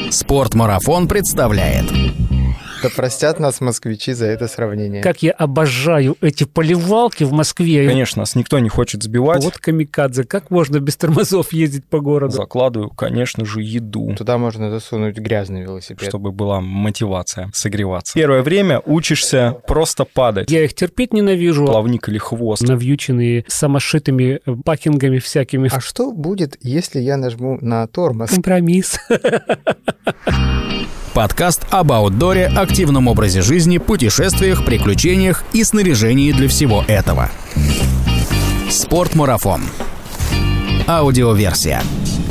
Спортмарафон представляет. Да простят нас москвичи за это сравнение. Как я обожаю эти поливалки в Москве. Конечно, нас никто не хочет сбивать. Вот камикадзе. Как можно без тормозов ездить по городу? Закладываю, конечно же, еду. Туда можно засунуть грязный велосипед. Чтобы была мотивация согреваться. Первое время учишься просто падать. Я их терпеть ненавижу. Плавник или хвост. Навьюченные самошитыми пакингами всякими. А что будет, если я нажму на тормоз? Компромисс. Подкаст об аутдоре, активном образе жизни, путешествиях, приключениях и снаряжении для всего этого. Спортмарафон. Аудиоверсия.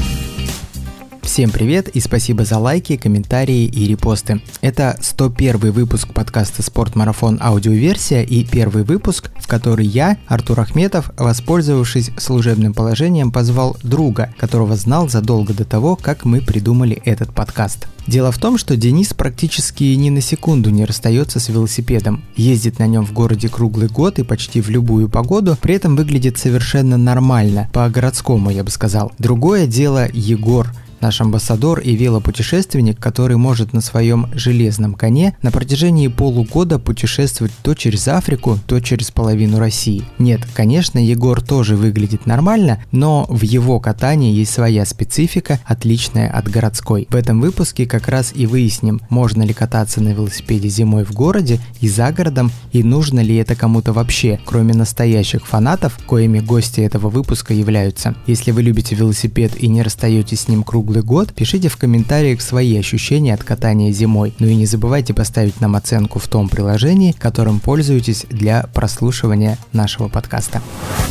Всем привет и спасибо за лайки, комментарии и репосты. Это 101 выпуск подкаста «Спортмарафон. Аудиоверсия» и первый выпуск, в который я, Артур Ахметов, воспользовавшись служебным положением, позвал друга, которого знал задолго до того, как мы придумали этот подкаст. Дело в том, что Денис практически ни на секунду не расстается с велосипедом, ездит на нем в городе круглый год и почти в любую погоду, при этом выглядит совершенно нормально, по-городскому, я бы сказал. Другое дело Егор, наш амбассадор и велопутешественник, который может на своем железном коне на протяжении полугода путешествовать то через Африку, то через половину России. Нет, конечно, Егор тоже выглядит нормально, но в его катании есть своя специфика, отличная от городской. В этом выпуске как раз и выясним, можно ли кататься на велосипеде зимой в городе и за городом, и нужно ли это кому-то вообще, кроме настоящих фанатов, коими гости этого выпуска являются. Если вы любите велосипед и не расстаетесь с ним круглый год, пишите в комментариях свои ощущения от катания зимой. Ну и не забывайте поставить нам оценку в том приложении, которым пользуетесь для прослушивания нашего подкаста.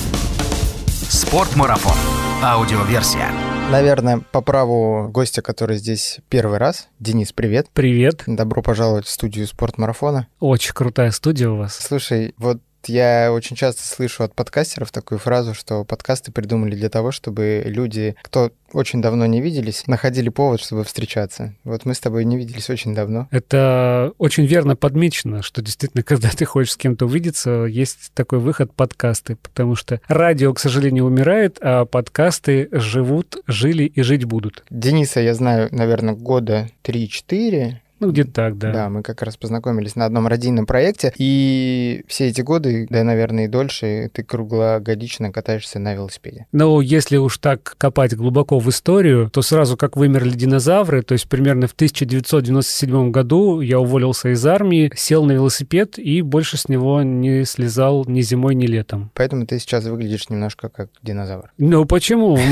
Спортмарафон. Аудиоверсия. Наверное, по праву гостя, который здесь первый раз. Денис, привет. Привет. Добро пожаловать в студию Спортмарафона. Очень крутая студия у вас. Слушай, вот я очень часто слышу от подкастеров такую фразу, что подкасты придумали для того, чтобы люди, кто очень давно не виделись, находили повод, чтобы встречаться. Вот мы с тобой не виделись очень давно. Это очень верно подмечено, что действительно, когда ты хочешь с кем-то увидеться, есть такой выход — подкасты, потому что радио, к сожалению, умирает, а подкасты живут, жили и жить будут. Дениса я знаю, наверное, года 3-4. Ну, где-то так, да. Да, мы как раз познакомились на одном радийном проекте, и все эти годы, да, наверное, и дольше, ты круглогодично катаешься на велосипеде. Но если уж так копать глубоко в историю, то сразу как вымерли динозавры, то есть примерно в 1997 году я уволился из армии, сел на велосипед и больше с него не слезал ни зимой, ни летом. Поэтому ты сейчас выглядишь немножко как динозавр. Ну, почему? В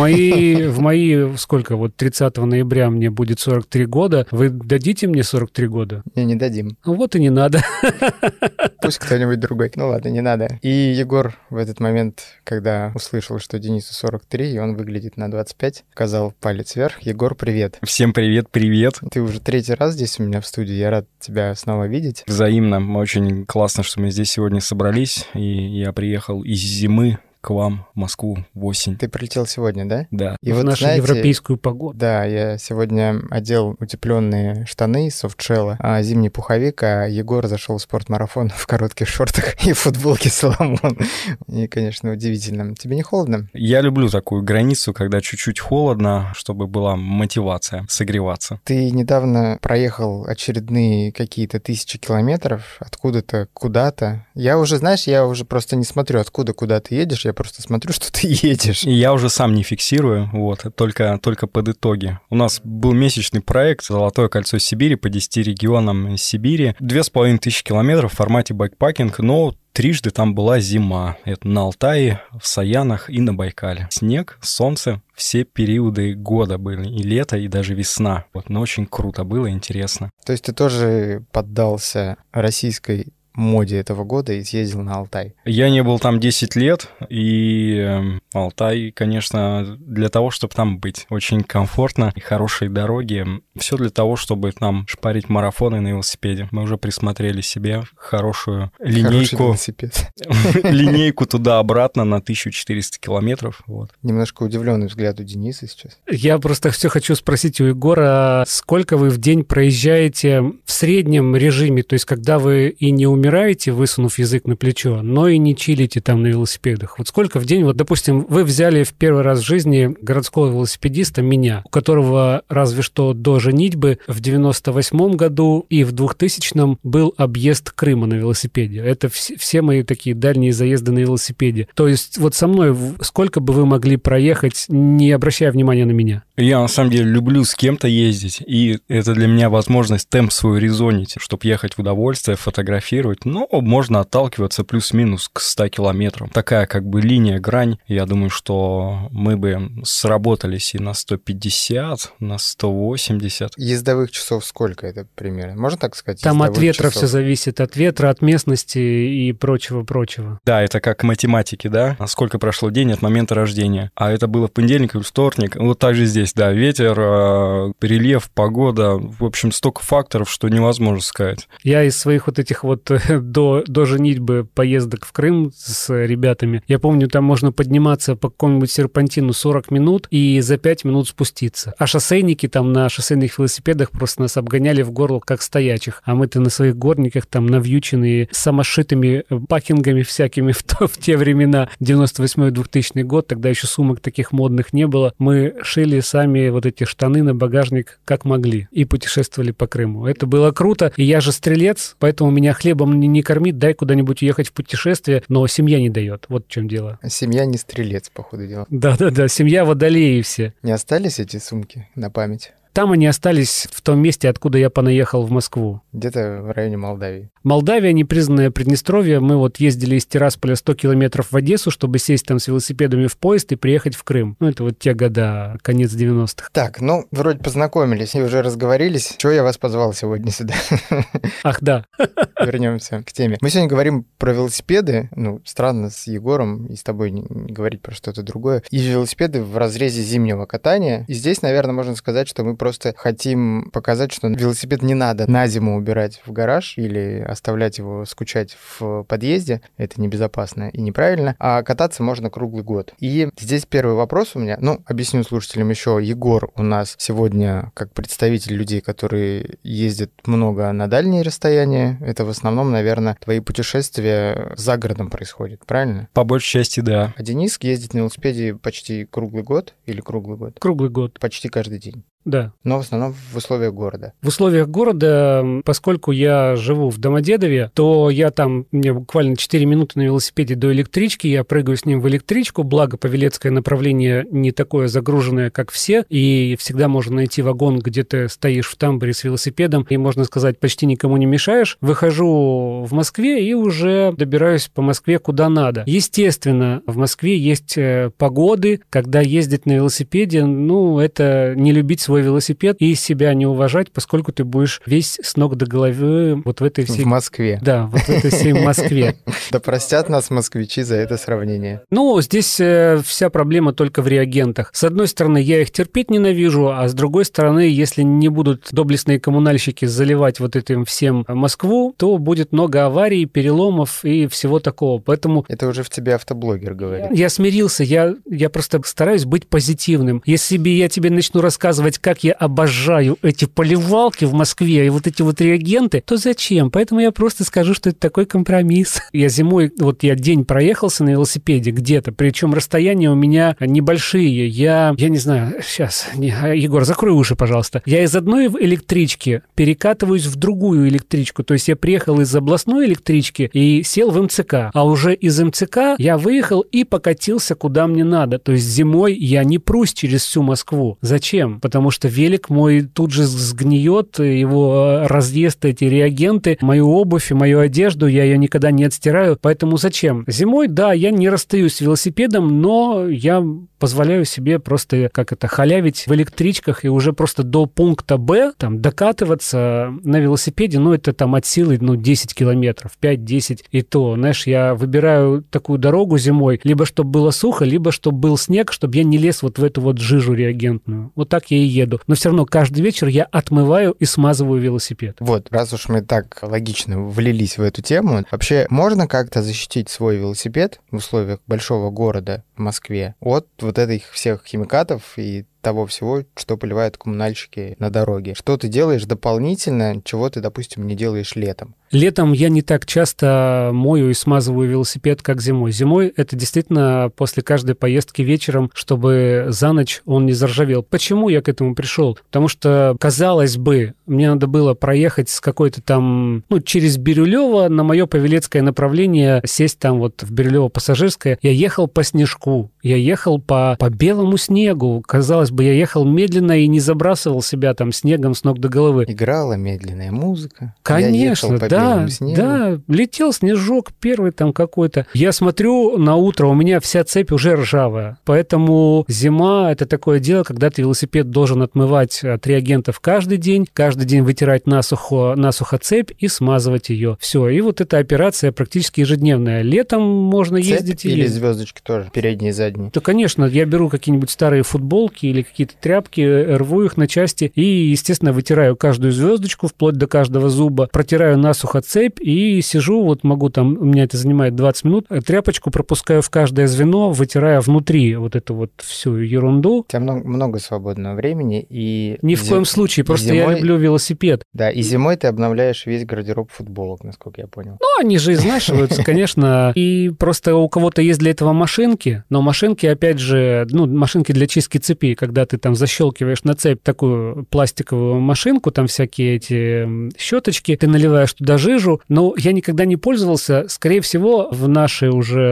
мои, сколько, вот 30 ноября мне будет 43 года, вы дадите мне 43 года? Не дадим. Ну вот и не надо. Пусть кто-нибудь другой. Ну ладно, не надо. И Егор в этот момент, когда услышал, что Денису 43, и он выглядит на 25, показал палец вверх. Егор, привет. Всем привет, привет. Ты уже третий раз здесь у меня в студии. Я рад тебя снова видеть. Взаимно. Очень классно, что мы здесь сегодня собрались, и я приехал из зимы к вам в Москву в осень. Ты прилетел сегодня, да? Да. И в вот, нашу европейскую погоду. Да, я сегодня одел утепленные штаны из софтшелла, зимний пуховик, а Егор зашел в спортмарафон в коротких шортах и футболке Соломон. И, конечно, удивительно. Тебе не холодно? Я люблю такую границу, когда чуть-чуть холодно, чтобы была мотивация согреваться. Ты недавно проехал очередные какие-то 1000 километров откуда-то куда-то. Я уже, знаешь, я уже просто не смотрю, откуда куда ты едешь, я просто смотрю, что ты едешь. И я уже сам не фиксирую, вот, только под итоги. У нас был месячный проект «Золотое кольцо Сибири» по 10 регионам Сибири. 2500 километров в формате байкпакинг, но трижды там была зима. Это на Алтае, в Саянах и на Байкале. Снег, солнце, все периоды года были. И лето, и даже весна. Вот, но очень круто было, интересно. То есть ты тоже поддался российской моде этого года и съездил на Алтай? Я не был там 10 лет, и Алтай, конечно, для того, чтобы там быть. Очень комфортно, и хорошие дороги. Все для того, чтобы там шпарить марафоны на велосипеде. Мы уже присмотрели себе хорошую линейку. Линейку туда-обратно на 1400 километров. Вот. Немножко удивленный взгляд у Дениса сейчас. Я просто все хочу спросить у Егора, сколько вы в день проезжаете в среднем режиме, то есть когда вы и не умеете умираете, высунув язык на плечо, но и не чилите там на велосипедах. Вот сколько в день, вот, допустим, вы взяли в первый раз в жизни городского велосипедиста, меня, у которого разве что до женитьбы в 98-м году и в 2000-м был объезд Крыма на велосипеде. Это все мои такие дальние заезды на велосипеде. То есть вот со мной сколько бы вы могли проехать, не обращая внимания на меня? Я, на самом деле, люблю с кем-то ездить, и это для меня возможность темп свой резонить, чтобы ехать в удовольствие, фотографировать. Но можно отталкиваться плюс-минус к 100 километрам. Такая как бы линия, грань. Я думаю, что мы бы сработались и на 150, на 180. Ездовых часов сколько это примерно? Можно так сказать? Там от ветра часов? все зависит, от ветра, от местности и прочего-прочего. Да, это как математики, да? Сколько прошло день от момента рождения. А это было в понедельник или вторник. Вот так же здесь, да, ветер, рельеф, погода, в общем, столько факторов, что невозможно сказать. Я из своих вот этих вот до женитьбы поездок в Крым с ребятами, я помню, там можно подниматься по какому-нибудь серпантину 40 минут и за 5 минут спуститься. А шоссейники там на шоссейных велосипедах просто нас обгоняли в горло как стоячих. А мы-то на своих горниках там навьюченные самошитыми пакингами всякими в те времена, 98-2000 год, тогда еще сумок таких модных не было. Мы шили сами вот эти штаны на багажник как могли и путешествовали по Крыму. Это было круто, и я же стрелец, поэтому меня хлебом не кормит, дай куда-нибудь уехать в путешествие, но семья не дает. Вот в чем дело. Семья не стрелец, по ходу дела. Да-да-да, семья водолеи все. Не остались эти сумки на память? Там они остались в том месте, откуда я понаехал в Москву. Где-то в районе Молдавии. Молдавия, непризнанное Приднестровье. Мы вот ездили из Тирасполя 100 километров в Одессу, чтобы сесть там с велосипедами в поезд и приехать в Крым. Ну, это вот те года, конец 90-х. Так, ну, вроде познакомились и уже разговорились. Чего я вас позвал сегодня сюда? Ах, да. Вернемся к теме. Мы сегодня говорим про велосипеды. Ну, странно с Егором и с тобой не говорить про что-то другое. И велосипеды в разрезе зимнего катания. И здесь, наверное, можно сказать, что мы просто хотим показать, что велосипед не надо на зиму убирать в гараж или оставлять его скучать в подъезде. Это небезопасно и неправильно. А кататься можно круглый год. И здесь первый вопрос у меня. Ну, объясню слушателям еще. Егор у нас сегодня как представитель людей, которые ездят много на дальние расстояния. Это в основном, наверное, твои путешествия за городом происходят, правильно? По большей части, да. А Денис ездит на велосипеде почти круглый год или круглый год? Круглый год. Почти каждый день. Да. Но в основном в условиях города. В условиях города, поскольку я живу в Домодедове, то я там, мне буквально 4 минуты на велосипеде до электрички, я прыгаю с ним в электричку, благо Павелецкое направление не такое загруженное, как все, и всегда можно найти вагон, где ты стоишь в тамбуре с велосипедом, и, можно сказать, почти никому не мешаешь. Выхожу в Москве и уже добираюсь по Москве куда надо. Естественно, в Москве есть погоды, когда ездить на велосипеде, ну, это не любить свой велосипед и себя не уважать, поскольку ты будешь весь с ног до головы вот в этой всей... В Москве. Да, вот в этой всей Москве. Да простят нас москвичи за это сравнение. Ну, здесь вся проблема только в реагентах. С одной стороны, я их терпеть ненавижу, а с другой стороны, если не будут доблестные коммунальщики заливать вот этим всем Москву, то будет много аварий, переломов и всего такого. Поэтому... Это уже в тебе автоблогер говорит. Я смирился, я просто стараюсь быть позитивным. Если бы я тебе начну рассказывать, как я обожаю эти поливалки в Москве и вот эти вот реагенты, то зачем? Поэтому я просто скажу, что это такой компромисс. Я зимой, вот я день проехался на велосипеде где-то, причем расстояния у меня небольшие. Я не знаю, сейчас, Егор, закрой уши, пожалуйста. Я из одной электрички перекатываюсь в другую электричку. То есть я приехал из областной электрички и сел в МЦК. А уже из МЦК я выехал и покатился куда мне надо. То есть зимой я не прусь через всю Москву. Зачем? Потому что велик мой тут же сгниет, его разъест эти реагенты, мою обувь и мою одежду, я ее никогда не отстираю, поэтому зачем? Зимой, да, я не расстаюсь с велосипедом, но я позволяю себе просто, халявить в электричках и уже просто до пункта Б, там, докатываться на велосипеде, ну, это там от силы, 10 километров, 5-10, и то, знаешь, я выбираю такую дорогу зимой, либо чтобы было сухо, либо чтобы был снег, чтобы я не лез вот в эту вот жижу реагентную. Вот так я и еду. Но все равно каждый вечер я отмываю и смазываю велосипед. Вот, раз уж мы так логично влились в эту тему, вообще можно как-то защитить свой велосипед в условиях большого города в Москве от вот этих всех химикатов и того всего, что поливают коммунальщики на дороге. Что ты делаешь дополнительно, чего ты, допустим, не делаешь летом? Летом я не так часто мою и смазываю велосипед, как зимой. Зимой это действительно после каждой поездки вечером, чтобы за ночь он не заржавел. Почему я к этому пришел? Потому что, казалось бы, мне надо было проехать с какой-то там, через Бирюлево на мое Павелецкое направление, сесть там вот в Бирюлево-Пассажирское. Я ехал по снежку, я ехал по белому снегу. Казалось бы, я ехал медленно и не забрасывал себя там снегом с ног до головы. Играла медленная музыка. Конечно, да, летел снежок первый там какой-то. Я смотрю на утро, у меня вся цепь уже ржавая. Поэтому зима — это такое дело, когда ты велосипед должен отмывать от реагентов каждый день вытирать насухо цепь и смазывать ее. Все, и вот эта операция практически ежедневная. Летом можно цепь ездить или звездочки тоже, передние и задние? Да, конечно, я беру какие-нибудь старые футболки или какие-то тряпки, рву их на части и, естественно, вытираю каждую звездочку вплоть до каждого зуба, протираю насухо цепь и сижу, вот могу там, у меня это занимает 20 минут, тряпочку пропускаю в каждое звено, вытирая внутри вот эту вот всю ерунду. У тебя много свободного времени и... Ни в коем случае, просто я люблю велосипед. Да, и зимой ты обновляешь весь гардероб футболок, насколько я понял. Они же изнашиваются, конечно, и просто у кого-то есть для этого машинки, но машинки, опять же, машинки для чистки цепи, когда ты там защелкиваешь на цепь такую пластиковую машинку, там всякие эти щеточки, ты наливаешь туда жижу, но я никогда не пользовался. Скорее всего, в наши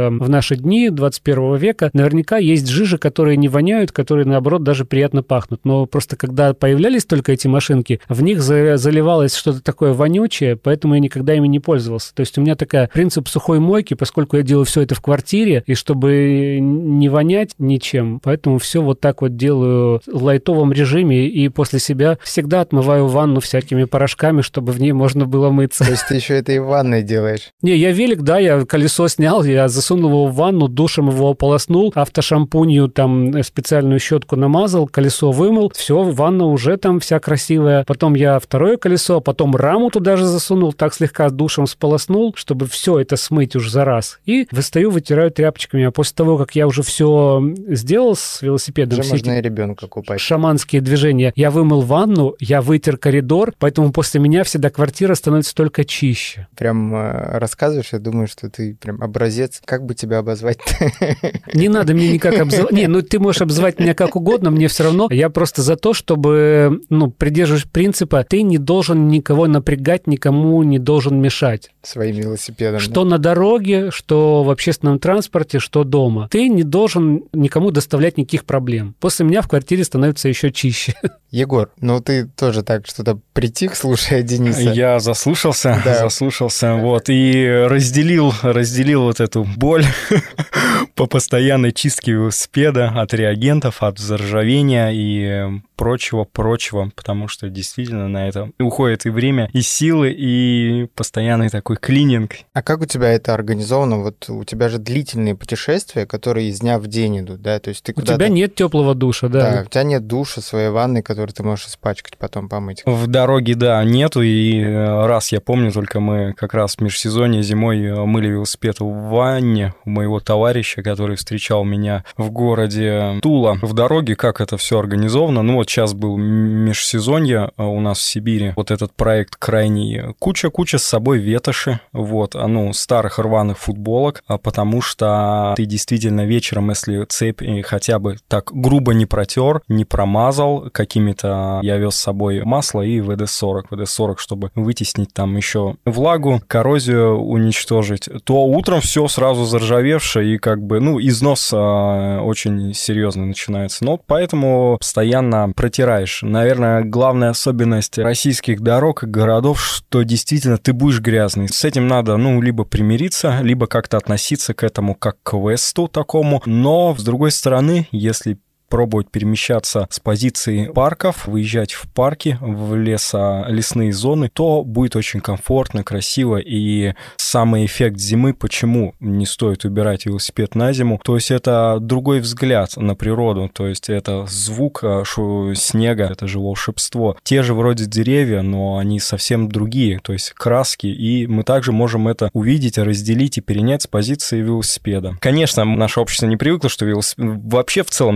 дни 21 века наверняка есть жижи, которые не воняют, которые, наоборот, даже приятно пахнут. Но просто когда появлялись только эти машинки, в них заливалось что-то такое вонючее, поэтому я никогда ими не пользовался. То есть у меня такой принцип сухой мойки, поскольку я делаю все это в квартире, и чтобы не вонять ничем, поэтому все вот так вот делаю в лайтовом режиме, и после себя всегда отмываю ванну всякими порошками, чтобы в ней можно было мыться. То есть ты еще это и в ванной делаешь? Не, я велик, да, я колесо снял, я засунул его в ванну, душем его ополоснул, автошампунью там специальную щетку намазал, колесо вымыл, все, ванна уже там вся красивая. Потом я второе колесо, потом раму туда же засунул, так слегка душем сполоснул, чтобы все это смыть уж за раз. И вытираю тряпочками. А после того, как я уже все сделал с велосипедом, уже можно и ребенка купать. Шаманские движения, я вымыл ванну, я вытер коридор, поэтому после меня всегда квартира становится только чище. Прям рассказываешь, я думаю, что ты прям образец. Как бы тебя обозвать-то? Не надо мне никак обзывать. Не, ты можешь обзывать меня как угодно, мне все равно. Я просто за то, чтобы, придерживаюсь принципа, ты не должен никого напрягать, никому не должен мешать. Своим велосипедом. Что на дороге, что в общественном транспорте, что дома. Ты не должен никому доставлять никаких проблем. После меня в квартире становится еще чище. Егор, ты тоже так что-то притих, слушая Дениса. Я заслушался, вот, и разделил вот эту боль по постоянной чистке велосипеда от реагентов, от заржавения и прочего, потому что действительно на это уходит и время, и силы, и постоянный такой клининг. А как у тебя это организовано? Вот у тебя же длительные путешествия, которые из дня в день идут, да? То есть ты куда-то... У тебя нет теплого душа, да? Да, у тебя нет душа, своей ванны, которую ты можешь испачкать, потом помыть. В дороге, да, нету, и раз я помню, только мы как раз в межсезонье зимой мыли велосипед в ванне у моего товарища, который встречал меня в городе Тула. В дороге как это все организовано? Вот сейчас был межсезонье у нас в Сибири. Вот этот проект крайний. Куча с собой ветоши, вот, старых рваных футболок, потому что ты действительно вечером, если цепь хотя бы так грубо не протер, не промазал какими-то, я вез с собой масло и ВД-40, чтобы вытеснить там еще влагу, коррозию уничтожить, то утром все сразу заржавевшее и износ очень серьезный начинается. Но поэтому постоянно протираешь. Наверное, главная особенность российских дорог и городов, что действительно ты будешь грязный. С этим надо, либо примириться, либо как-то относиться к этому как к квесту такому. Но, с другой стороны, если пробовать перемещаться с позиции парков, выезжать в парки, в лесные зоны, то будет очень комфортно, красиво. И самый эффект зимы, почему не стоит убирать велосипед на зиму, то есть это другой взгляд на природу, то есть это звук снега, это же волшебство. Те же вроде деревья, но они совсем другие, то есть краски, и мы также можем это увидеть, разделить и перенять с позиции велосипеда. Конечно, наше общество не привыкло, что вообще в целом-то на велосипеде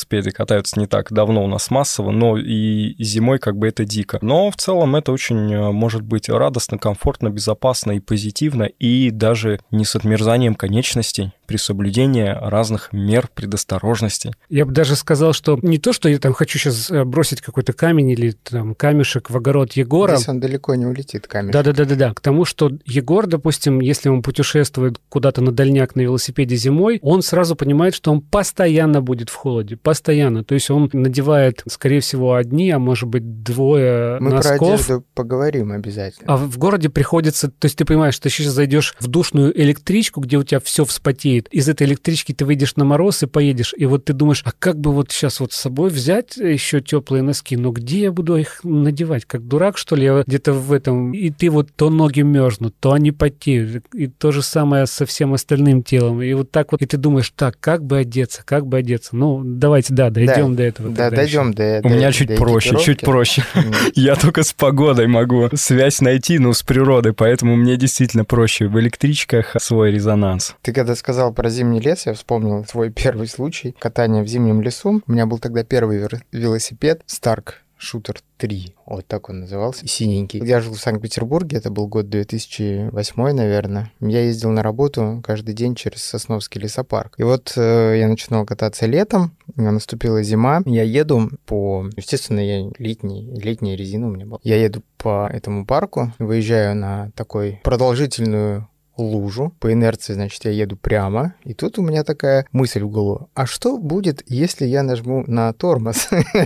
велосипеде катаются не так давно у нас массово, но и зимой как бы это дико. Но в целом это очень может быть радостно, комфортно, безопасно и позитивно, и даже не с отмерзанием конечностей при соблюдении разных мер предосторожности. Я бы даже сказал, что не то, что я там хочу сейчас бросить какой-то камень или там камешек в огород Егора. Здесь он далеко не улетит, камешек. Да. К тому, что Егор, допустим, если он путешествует куда-то на дальняк на велосипеде зимой, он сразу понимает, что он постоянно будет в холоде. Постоянно. То есть он надевает, скорее всего, одни, а может быть, двое Мы носков. про одежду поговорим обязательно. А в городе приходится... То есть ты понимаешь, что ты сейчас зайдешь в душную электричку, где у тебя все вспотеет. Из этой электрички ты выйдешь на мороз и поедешь. И вот ты думаешь, а как бы вот сейчас вот с собой взять еще теплые носки? Но где я буду их надевать? Как дурак, что ли? Я где-то в этом... И ты вот то ноги мерзнут, то они потеют. И то же самое со всем остальным телом. И вот так вот. И ты думаешь, так, как бы одеться? Ну, давайте, дойдем до этого. Да, дойдем до этого. У меня чуть проще. Я только с погодой могу связь найти, с природой, поэтому мне действительно проще. В электричках свой резонанс. Ты когда сказал про зимний лес, я вспомнил свой первый случай катания в зимнем лесу. У меня был тогда первый велосипед Stark Shooter 3, вот так он назывался, синенький. Я жил в Санкт-Петербурге, это был год 2008, наверное. Я ездил на работу каждый день через Сосновский лесопарк. И вот я начинал кататься летом, наступила зима, я еду по... Естественно, летняя резина у меня была. Я еду по этому парку, выезжаю на такой продолжительную лужу. По инерции, значит, я еду прямо. И тут у меня такая мысль в голову. А что будет, если я нажму на тормоз?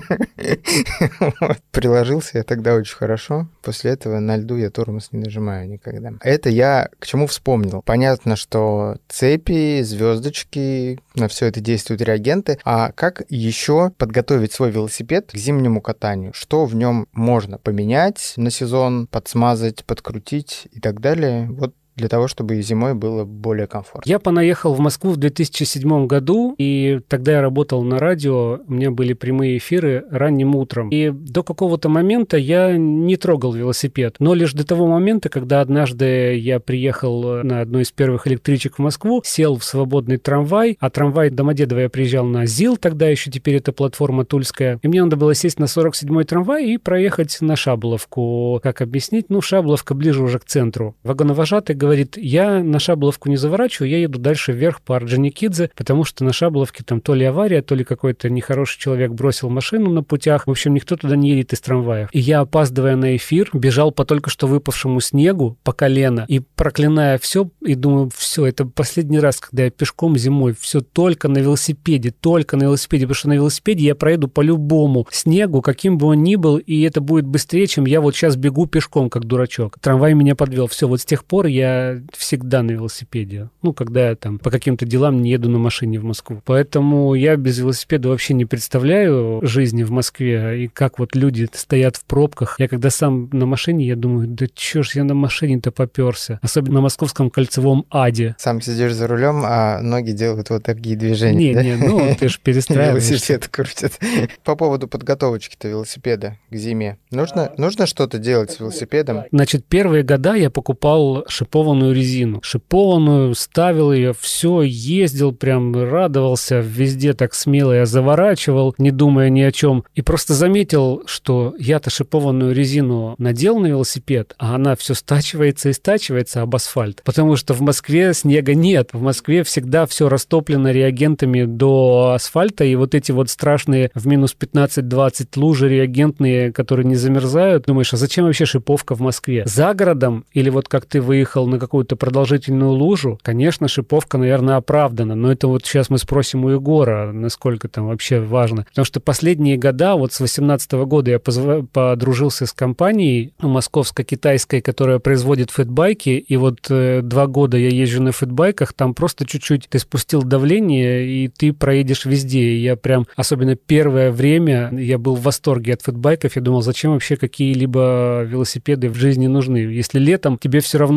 Приложился я тогда очень хорошо. После этого на льду я тормоз не нажимаю никогда. Это я к чему вспомнил. Понятно, что цепи, звездочки, на все это действуют реагенты. А как еще подготовить свой велосипед к зимнему катанию? Что в нем можно поменять на сезон, подсмазать, подкрутить и так далее? Вот для того, чтобы зимой было более комфортно. Я понаехал в Москву в 2007 году, и тогда я работал на радио, у меня были прямые эфиры ранним утром. И до какого-то момента я не трогал велосипед. Но лишь до того момента, когда однажды я приехал на одной из первых электричек в Москву, сел в свободный трамвай, а трамвай Домодедово я приезжал на ЗИЛ, тогда еще теперь это платформа Тульская, и мне надо было сесть на 47-й трамвай и проехать на Шаболовку. Как объяснить? Шаболовка ближе уже к центру. Вагоновожатый говорит, я на Шаболовку не заворачиваю, я еду дальше вверх по Орджоникидзе, потому что на Шаболовке там то ли авария, то ли какой-то нехороший человек бросил машину на путях. В общем, никто туда не едет из трамваев. И я, опаздывая на эфир, бежал по только что выпавшему снегу по колено и проклиная все, и думаю, все, это последний раз, когда я пешком зимой, все только на велосипеде, потому что на велосипеде я проеду по любому снегу, каким бы он ни был, и это будет быстрее, чем я вот сейчас бегу пешком, как дурачок. Трамвай меня подвел. Все, вот с тех пор я всегда на велосипеде. Когда я там по каким-то делам не еду на машине в Москву. Поэтому я без велосипеда вообще не представляю жизни в Москве. И как вот люди стоят в пробках. Я когда сам на машине, я думаю, да чё ж я на машине-то попёрся. Особенно на московском кольцевом аде. Сам сидишь за рулем, а ноги делают вот такие движения. Ты ж перестраиваешься. Велосипед крутит. По поводу подготовочки-то велосипеда к зиме. Нужно что-то делать с велосипедом? Значит, первые года я покупал шипованную резину. Шипованную, ставил ее, все, ездил, прям радовался, везде так смело я заворачивал, не думая ни о чем. И просто заметил, что я-то шипованную резину надел на велосипед, а она все стачивается и стачивается об асфальт. Потому что в Москве снега нет. В Москве всегда все растоплено реагентами до асфальта, и вот эти вот страшные в минус 15-20 лужи реагентные, которые не замерзают. Думаешь, а зачем вообще шиповка в Москве? За городом, или вот как ты выехал на какую-то продолжительную лужу, конечно, шиповка, наверное, оправдана, но это вот сейчас мы спросим у Егора, насколько там вообще важно. Потому что последние года, вот с 2018 года я подружился с компанией московско-китайской, которая производит фэтбайки, и вот 2 года я езжу на фэтбайках, там просто чуть-чуть ты спустил давление, и ты проедешь везде. И я прям, особенно первое время, я был в восторге от фэтбайков, я думал, зачем вообще какие-либо велосипеды в жизни нужны? Если летом тебе все равно там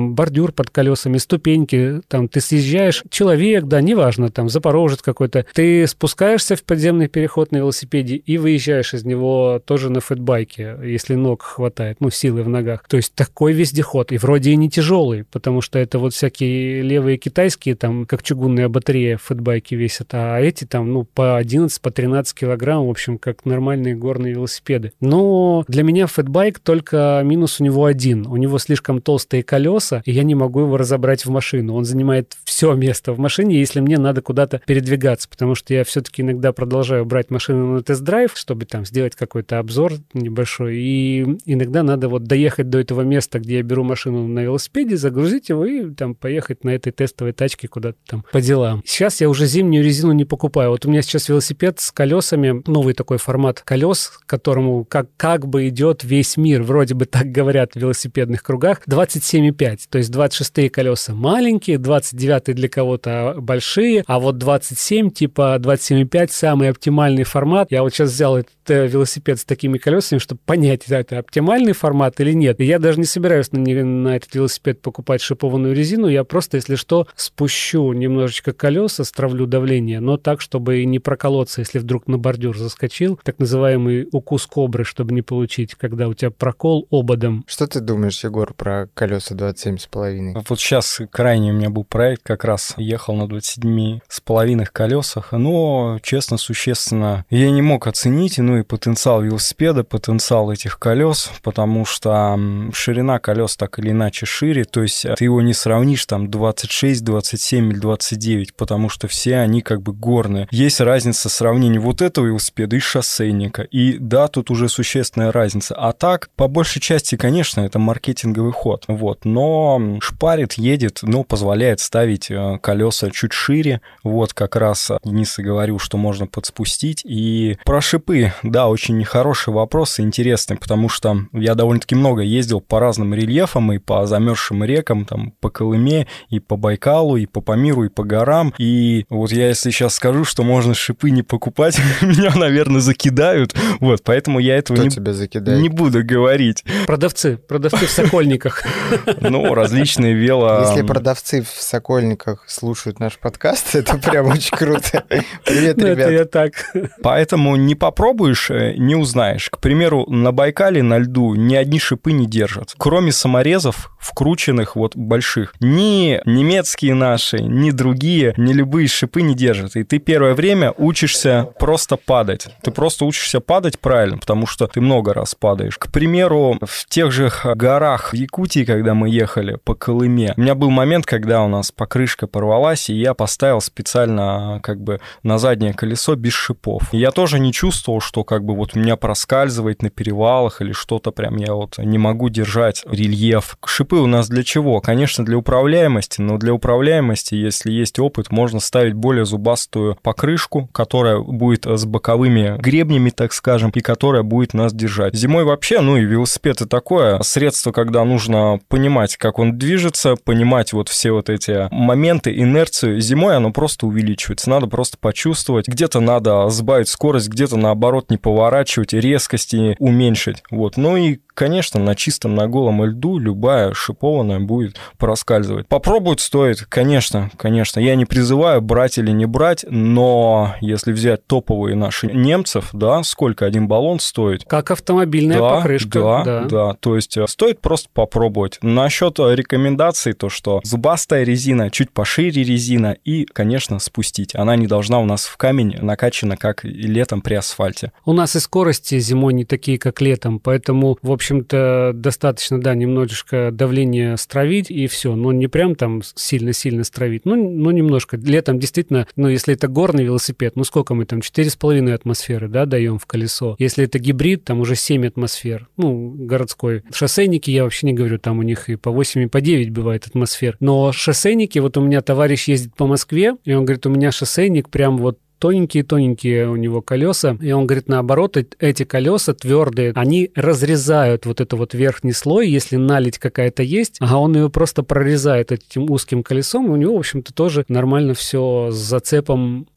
там бордюр под колесами, ступеньки, там ты съезжаешь, человек, да, неважно, там запорожец какой-то, ты спускаешься в подземный переход на велосипеде и выезжаешь из него тоже на фэтбайке, если ног хватает, ну, силы в ногах. То есть такой вездеход, и вроде и не тяжелый, потому что это вот всякие левые китайские, там, как чугунная батарея в фэтбайке весят, а эти там, ну, по 11, по 13 килограмм, в общем, как нормальные горные велосипеды. Но для меня фэтбайк только минус у него один. У него слишком толстые колеса, и я не могу его разобрать в машину. Он занимает все место в машине, если мне надо куда-то передвигаться, потому что я все-таки иногда продолжаю брать машину на тест-драйв, чтобы там сделать какой-то обзор небольшой, и иногда надо вот доехать до этого места, где я беру машину на велосипеде, загрузить его и там поехать на этой тестовой тачке куда-то там по делам. Сейчас я уже зимнюю резину не покупаю. Вот у меня сейчас велосипед с колесами, новый такой формат колес, к которому как бы идет весь мир, вроде бы так говорят в велосипедных кругах, 27,5. То есть 26-е колеса маленькие, 29-е для кого-то большие, а вот 27, типа 27,5 самый оптимальный формат. Я вот сейчас взял этот велосипед с такими колесами, чтобы понять, это оптимальный формат или нет. И я даже не собираюсь на этот велосипед покупать шипованную резину, я просто, если что, спущу немножечко колеса, стравлю давление, но так, чтобы не проколоться, если вдруг на бордюр заскочил, так называемый укус кобры, чтобы не получить, когда у тебя прокол ободом. Что ты думаешь, Егор, про колеса 27,5? Вот сейчас крайний у меня был проект, как раз ехал на 27,5 колесах, но, честно, существенно я не мог оценить, ну и потенциал велосипеда, потенциал этих колес, потому что ширина колес так или иначе шире, то есть ты его не сравнишь там 26, 27 или 29, потому что все они как бы горные. Есть разница сравнения вот этого велосипеда и шоссейника, и да, тут уже существенная разница. А так, по большей части, конечно, это маркетинговый ход, вот, но шпарит, едет, но позволяет ставить колеса чуть шире, вот как раз Денис и говорил, что можно подспустить. И про шипы, да, очень хороший вопрос, интересный, потому что я довольно-таки много ездил по разным рельефам и по замерзшим рекам, там, по Колыме, и по Байкалу, и по Памиру, и по горам, и вот я, если сейчас скажу, что можно шипы не покупать, меня, наверное, закидают, вот, поэтому я этого не буду говорить. Продавцы в Сокольниках. Ну, различные Если продавцы в Сокольниках слушают наш подкаст, это прям очень круто. Привет, ребят. Это я так. Поэтому не попробуешь, не узнаешь. К примеру, на Байкале на льду ни одни шипы не держат. Кроме саморезов, вкрученных, вот больших, ни немецкие наши, ни другие, ни любые шипы не держат. И ты первое время учишься просто падать. Ты просто учишься падать правильно, потому что ты много раз падаешь. К примеру, в тех же горах в Якутии, когда мы ехали по Колыме, у меня был момент, когда у нас покрышка порвалась, и я поставил специально как бы на заднее колесо без шипов. И я тоже не чувствовал, что как бы вот у меня проскальзывает на перевалах или что-то прям я вот не могу держать рельеф. Шипы у нас для чего? Конечно, для управляемости, но для управляемости, если есть опыт, можно ставить более зубастую покрышку, которая будет с боковыми гребнями, так скажем, и которая будет нас держать. Зимой вообще, ну и велосипед и такое средство, когда нужно понимать, как он движется, понимать вот все вот эти моменты, инерцию. Зимой оно просто увеличивается, надо просто почувствовать. Где-то надо сбавить скорость, где-то наоборот не поворачивать, резкости уменьшить. Вот. Ну и, конечно, на чистом, на голом льду любая шипованная будет проскальзывать. Попробовать стоит, конечно. Я не призываю брать или не брать, но если взять топовые наши немцев, да, сколько один баллон стоит? Как автомобильная покрышка. Да. То есть стоит просто попробовать. Насчет рекомендаций, то что зубастая резина, чуть пошире резина и, конечно, спустить. Она не должна у нас в камень накачана, как летом при асфальте. У нас и скорости зимой не такие, как летом, поэтому, в общем-то, достаточно, да, немножечко давление стравить, и все. Но не прям там сильно-сильно стравить, ну, немножко. Летом действительно, ну, если это горный велосипед, ну, сколько мы там, 4,5 атмосферы, да, даем в колесо. Если это гибрид, там уже 7 атмосфер, ну, городской. Шоссейники, я вообще не говорю, там у них и по 8, и по 9 бывает атмосфер. Но шоссейники, вот у меня товарищ ездит по Москве, и он говорит, у меня шоссейник прям вот тоненькие-тоненькие у него колеса, и он говорит, наоборот, эти колеса твердые, они разрезают вот это вот верхний слой, если наледь какая-то есть, а он ее просто прорезает этим узким колесом, и у него, в общем-то, тоже нормально все с зацепом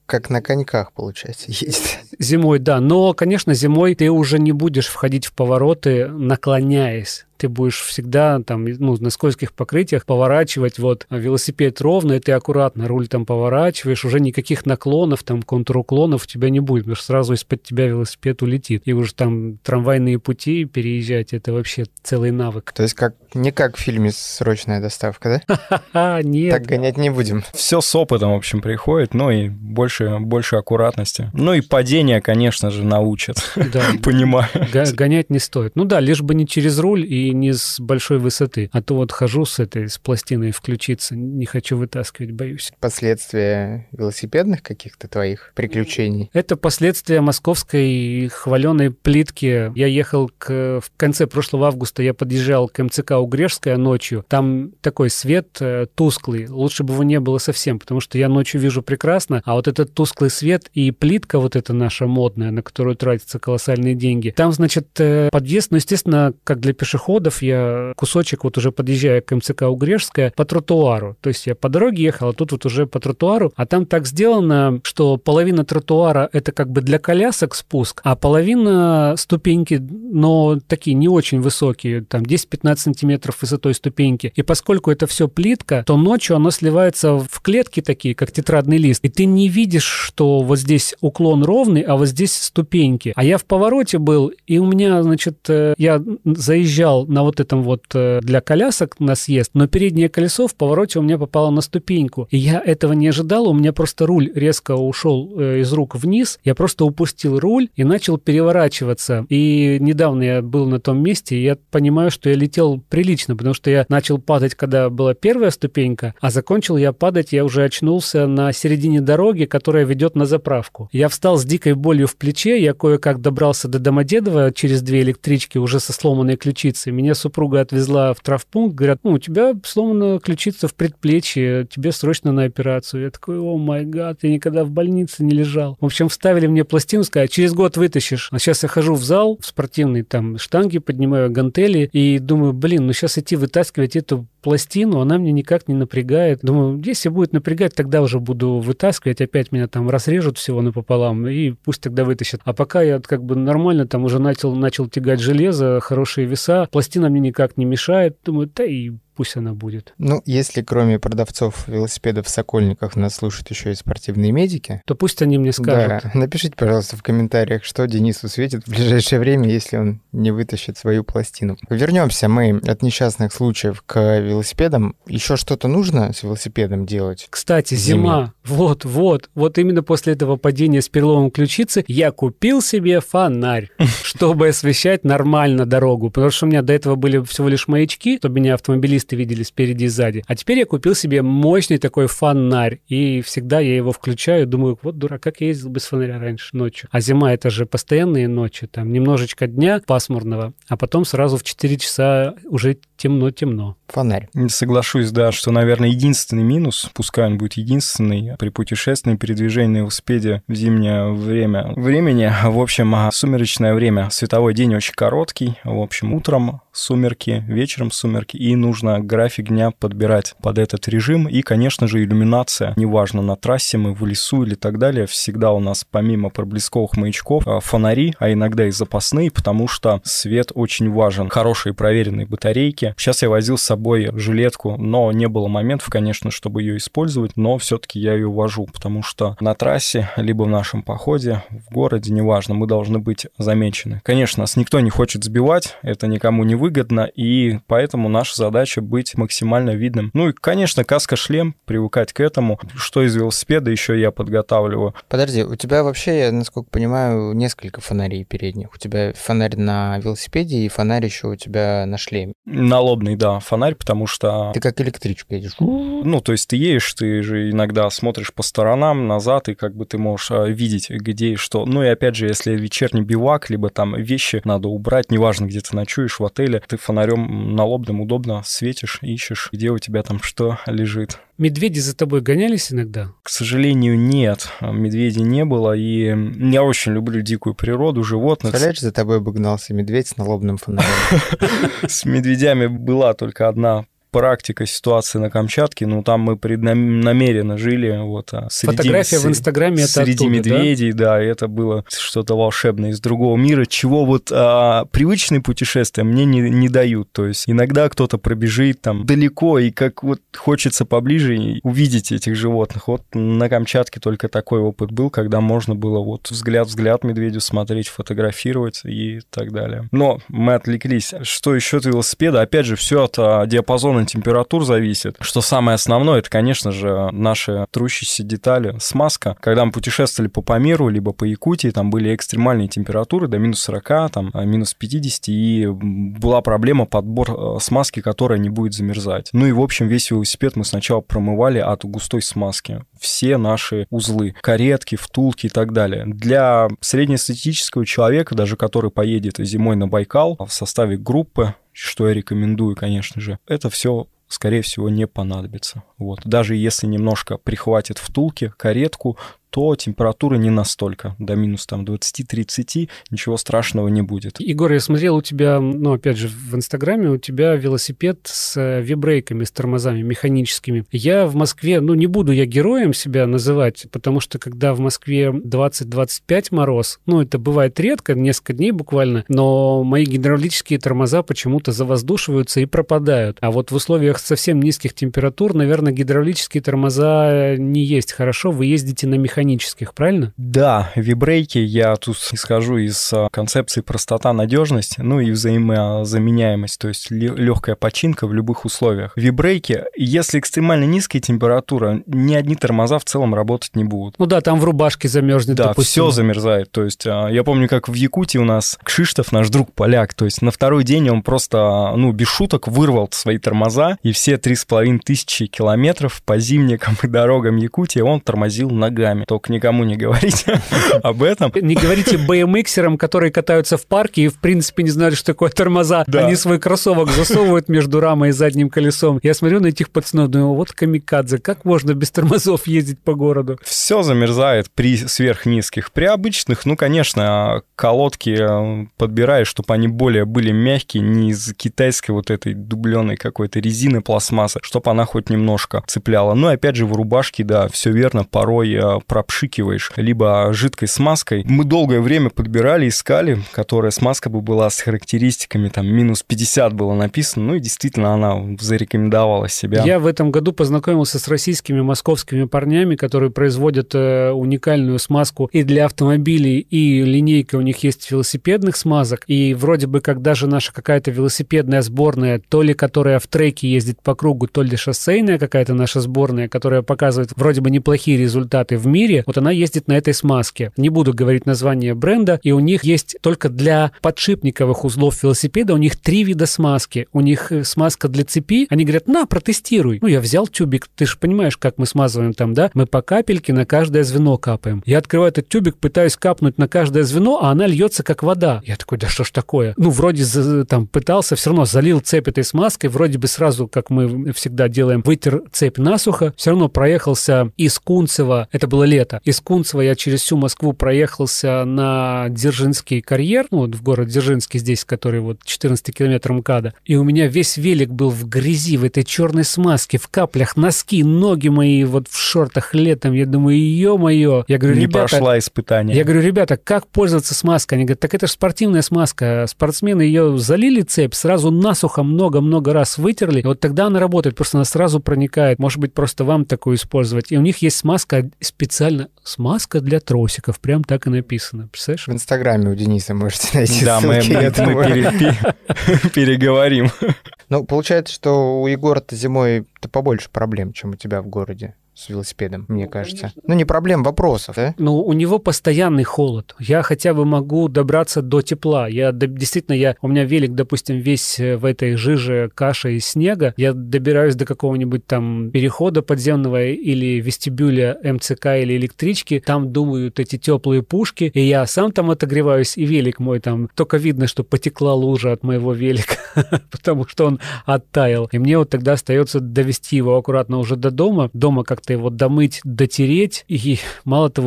как на коньках, получается, ездит. Зимой, да. Но, конечно, зимой ты уже не будешь входить в повороты, наклоняясь. Ты будешь всегда там, на скользких покрытиях поворачивать велосипед ровно, и ты аккуратно руль там поворачиваешь, уже никаких наклонов, там, контруклонов у тебя не будет, потому что сразу из-под тебя велосипед улетит. И уже там трамвайные пути переезжать, это вообще целый навык. То есть не как в фильме «Срочная доставка», да? Нет. Так гонять не будем. Все с опытом, в общем, приходит, и больше аккуратности. И падение, конечно же, научат. Да. Понимаю. Гонять не стоит. Лишь бы не через руль и не с большой высоты. А то хожу с пластиной включиться, не хочу вытаскивать, боюсь. Последствия велосипедных каких-то твоих приключений? Это последствия московской хваленой плитки. Я ехал в конце прошлого августа, я подъезжал к МЦК Угрешская ночью. Там такой свет тусклый. Лучше бы его не было совсем, потому что я ночью вижу прекрасно, а этот тусклый свет и плитка эта наша модная, на которую тратятся колоссальные деньги. Там, значит, подъезд, естественно, как для пешеходов, я кусочек уже подъезжаю к МЦК Угрешская по тротуару. То есть я по дороге ехал, а тут уже по тротуару. А там так сделано, что половина тротуара — это как бы для колясок спуск, а половина ступеньки, но такие не очень высокие, там 10-15 сантиметров высотой ступеньки. И поскольку это все плитка, то ночью оно сливается в клетки такие, как тетрадный лист. И ты не видишь, что здесь уклон ровный, а здесь ступеньки. А я в повороте был, и у меня, значит, я заезжал на этом для колясок на съезд, но переднее колесо в повороте у меня попало на ступеньку. И я этого не ожидал, у меня просто руль резко ушел из рук вниз, я просто упустил руль и начал переворачиваться. И недавно я был на том месте, и я понимаю, что я летел прилично, потому что я начал падать, когда была первая ступенька, а закончил я падать, я уже очнулся на середине дороги, которая ведет на заправку. Я встал с дикой болью в плече, я кое-как добрался до Домодедово через 2 электрички уже со сломанной ключицей. Меня супруга отвезла в травмпункт, говорят, у тебя сломана ключица в предплечье, тебе срочно на операцию. Я такой, о май гад, я никогда в больнице не лежал. В общем, вставили мне пластину, сказали, через год вытащишь. А сейчас я хожу в зал, в спортивный, там штанги поднимаю, гантели, и думаю, сейчас идти вытаскивать эту пластину, она мне никак не напрягает. Думаю, если будет напрягать, тогда уже буду вытаскивать, опять меня там разрежут всего напополам, и пусть тогда вытащат. А пока я нормально там уже начал тягать железо, хорошие веса, пластина мне никак не мешает. Думаю, и пусть она будет. Если кроме продавцов велосипедов в Сокольниках нас слушают еще и спортивные медики, то пусть они мне скажут. Да, напишите, пожалуйста, в комментариях, что Денису светит в ближайшее время, если он не вытащит свою пластину. Вернемся мы от несчастных случаев к велосипедам. Еще что-то нужно с велосипедом делать? Кстати, зима. Вот именно после этого падения с переломом ключицы я купил себе фонарь, чтобы освещать нормально дорогу, потому что у меня до этого были всего лишь маячки, чтобы меня автомобилисты видели спереди и сзади. А теперь я купил себе мощный такой фонарь, и всегда я его включаю, думаю, дурак, как я ездил без фонаря раньше ночью. А зима — это же постоянные ночи, там немножечко дня пасмурного, а потом сразу в 4 часа уже темно-темно. Фонарь. Соглашусь, да, что, наверное, единственный минус, пускай он будет единственный, при путешествии, передвижении на велосипеде в зимнее времени, в общем, сумеречное время. Световой день очень короткий, в общем, утром сумерки, вечером сумерки, и нужно график дня подбирать под этот режим. И, конечно же, иллюминация. Неважно, на трассе мы, в лесу или так далее, всегда у нас помимо проблесковых маячков фонари, а иногда и запасные, потому что свет очень важен. Хорошие проверенные батарейки. Сейчас я возил с собой жилетку, но не было моментов, конечно, чтобы ее использовать, но все-таки я ее вожу, потому что на трассе, либо в нашем походе, в городе, неважно, мы должны быть замечены. Конечно, нас никто не хочет сбивать, это никому не выгодно, и поэтому наша задача быть максимально видным. И, конечно, каска-шлем, привыкать к этому. Что из велосипеда еще я подготавливаю. Подожди, у тебя вообще, я, насколько понимаю, несколько фонарей передних. У тебя фонарь на велосипеде и фонарь еще у тебя на шлеме. Налобный, да, фонарь, потому что... Ты как электричка едешь. То есть ты едешь, ты же иногда смотришь по сторонам, назад, и как бы ты можешь видеть, где и что. И опять же, если вечерний бивак, либо там вещи надо убрать, неважно, где ты ночуешь, в отеле, ты фонарем налобным удобно светишь, ищешь, где у тебя там что лежит. Медведи за тобой гонялись иногда? К сожалению, нет. Медведей не было, и я очень люблю дикую природу, животных. Представляешь, за тобой бы гнался медведь с налобным фонарем? С медведями была только одна практика ситуации на Камчатке, ну, там мы преднамеренно жили, вот. Фотография в Инстаграме это среди оттуда, медведей, да, это было что-то волшебное из другого мира, чего вот привычные путешествия мне не дают, то есть иногда кто-то пробежит там далеко, и как вот хочется поближе увидеть этих животных. Вот на Камчатке только такой опыт был, когда можно было вот взгляд медведю смотреть, фотографировать и так далее. Но мы отвлеклись. Что еще от велосипеда? Опять же, все от диапазона температур зависит. Что самое основное, это, конечно же, наши трущиеся детали, смазка. Когда мы путешествовали по Памиру, либо по Якутии, там были экстремальные температуры до минус 40, там, минус 50, и была проблема подбор смазки, которая не будет замерзать. Ну и, в общем, весь велосипед мы сначала промывали от густой смазки. Все наши узлы, каретки, втулки и так далее. Для среднестатистического человека, даже который поедет зимой на Байкал в составе группы, что я рекомендую, конечно же, это все, скорее всего, не понадобится. Вот. Даже если немножко прихватит втулки, каретку, то температура не настолько. До минус там 20-30 ничего страшного не будет. Егор, я смотрел у тебя, ну, опять же, в Инстаграме у тебя велосипед с вибрейками, с тормозами механическими. Я в Москве, ну, не буду я героем себя называть, потому что когда в Москве 20-25 мороз, ну, это бывает редко, несколько дней буквально, но мои гидравлические тормоза почему-то завоздушиваются и пропадают. А вот в условиях совсем низких температур, наверное, гидравлические тормоза не есть хорошо. Вы ездите на механических, правильно? Да, вибрейки, я тут исхожу из концепции простота, надежность, ну и взаимозаменяемость, то есть легкая починка в любых условиях. Вибрейки, если экстремально низкая температура, ни одни тормоза в целом работать не будут. Ну да, там в рубашке замерзнет, да, допустим. все замерзает, то есть я помню, как в Якутии у нас Кшиштов, наш друг поляк, то есть на второй день он просто, ну, без шуток вырвал свои тормоза, и все 3500 километров по зимникам и дорогам Якутии он тормозил ногами. Только никому не говорите об этом. Не говорите BMX-ерам, которые катаются в парке и, в принципе, не знали, что такое тормоза. Да. Они свой кроссовок засовывают между рамой и задним колесом. Я смотрю на этих пацанов, думаю, вот камикадзе, как можно без тормозов ездить по городу? Все замерзает при сверхнизких. При обычных, ну, конечно, колодки подбираешь, чтобы они более были мягкие, не из китайской вот этой дубленой какой-то резины, пластмассы, чтобы она хоть немножко цепляла. Но, опять же, в рубашке, да, все верно, порой пропшикиваешь, либо жидкой смазкой. Мы долгое время подбирали, искали, которая смазка бы была с характеристиками, там, минус 50 было написано, ну и действительно она зарекомендовала себя. Я в этом году познакомился с российскими московскими парнями, которые производят уникальную смазку и для автомобилей, и линейка у них есть велосипедных смазок, и вроде бы как даже наша какая-то велосипедная сборная, то ли которая в треке ездит по кругу, то ли шоссейная какая-то наша сборная, которая показывает вроде бы неплохие результаты в мире, вот она ездит на этой смазке. Не буду говорить название бренда, и у них есть только для подшипниковых узлов велосипеда, у них 3 вида смазки. У них смазка для цепи, они говорят, на, протестируй. Ну, я взял тюбик, ты же понимаешь, как мы смазываем там, да? Мы по капельке на каждое звено капаем. Я открываю этот тюбик, пытаюсь капнуть на каждое звено, а она льется как вода. Я такой, да что ж такое? Ну, вроде там пытался, все равно залил цепь этой смазкой, вроде бы сразу, как мы всегда делаем, вытер цепь насухо, все равно проехался из Кунцева, это было лето, из Кунцева я через всю Москву проехался на Дзержинский карьер, ну, вот в город Дзержинский здесь, который вот 14 километр МКАДа, и у меня весь велик был в грязи, в этой черной смазке, в каплях, носки, ноги мои вот в шортах летом, я думаю, ё-моё. Я говорю, не ребята, прошла испытание. Я говорю, ребята, как пользоваться смазкой? Они говорят, так это же спортивная смазка, спортсмены ее залили цепь, сразу насухо много-много раз вытерли, и вот тогда она работает, просто она сразу проникает, может быть, просто вам такую использовать. И у них есть смазка специально, смазка для тросиков, прям так и написано. Представляешь? В Инстаграме у Дениса можете найти да, ссылки. Мы переговорим. Ну, получается, что у Егора-то зимой-то побольше проблем, чем у тебя в городе с велосипедом, мне кажется. Ну, не проблем, вопросов, да? Ну, у него постоянный холод. Я хотя бы могу добраться до тепла. Действительно, у меня велик, допустим, весь в этой жиже, каше из снега. Я добираюсь до какого-нибудь там перехода подземного или вестибюля МЦК или электрички. Там думают эти теплые пушки, и я сам там отогреваюсь, и велик мой там. Только видно, что потекла лужа от моего велика, потому что он оттаял. И мне вот тогда остается довести его аккуратно уже до дома. Дома как-то его домыть, дотереть, и мало того,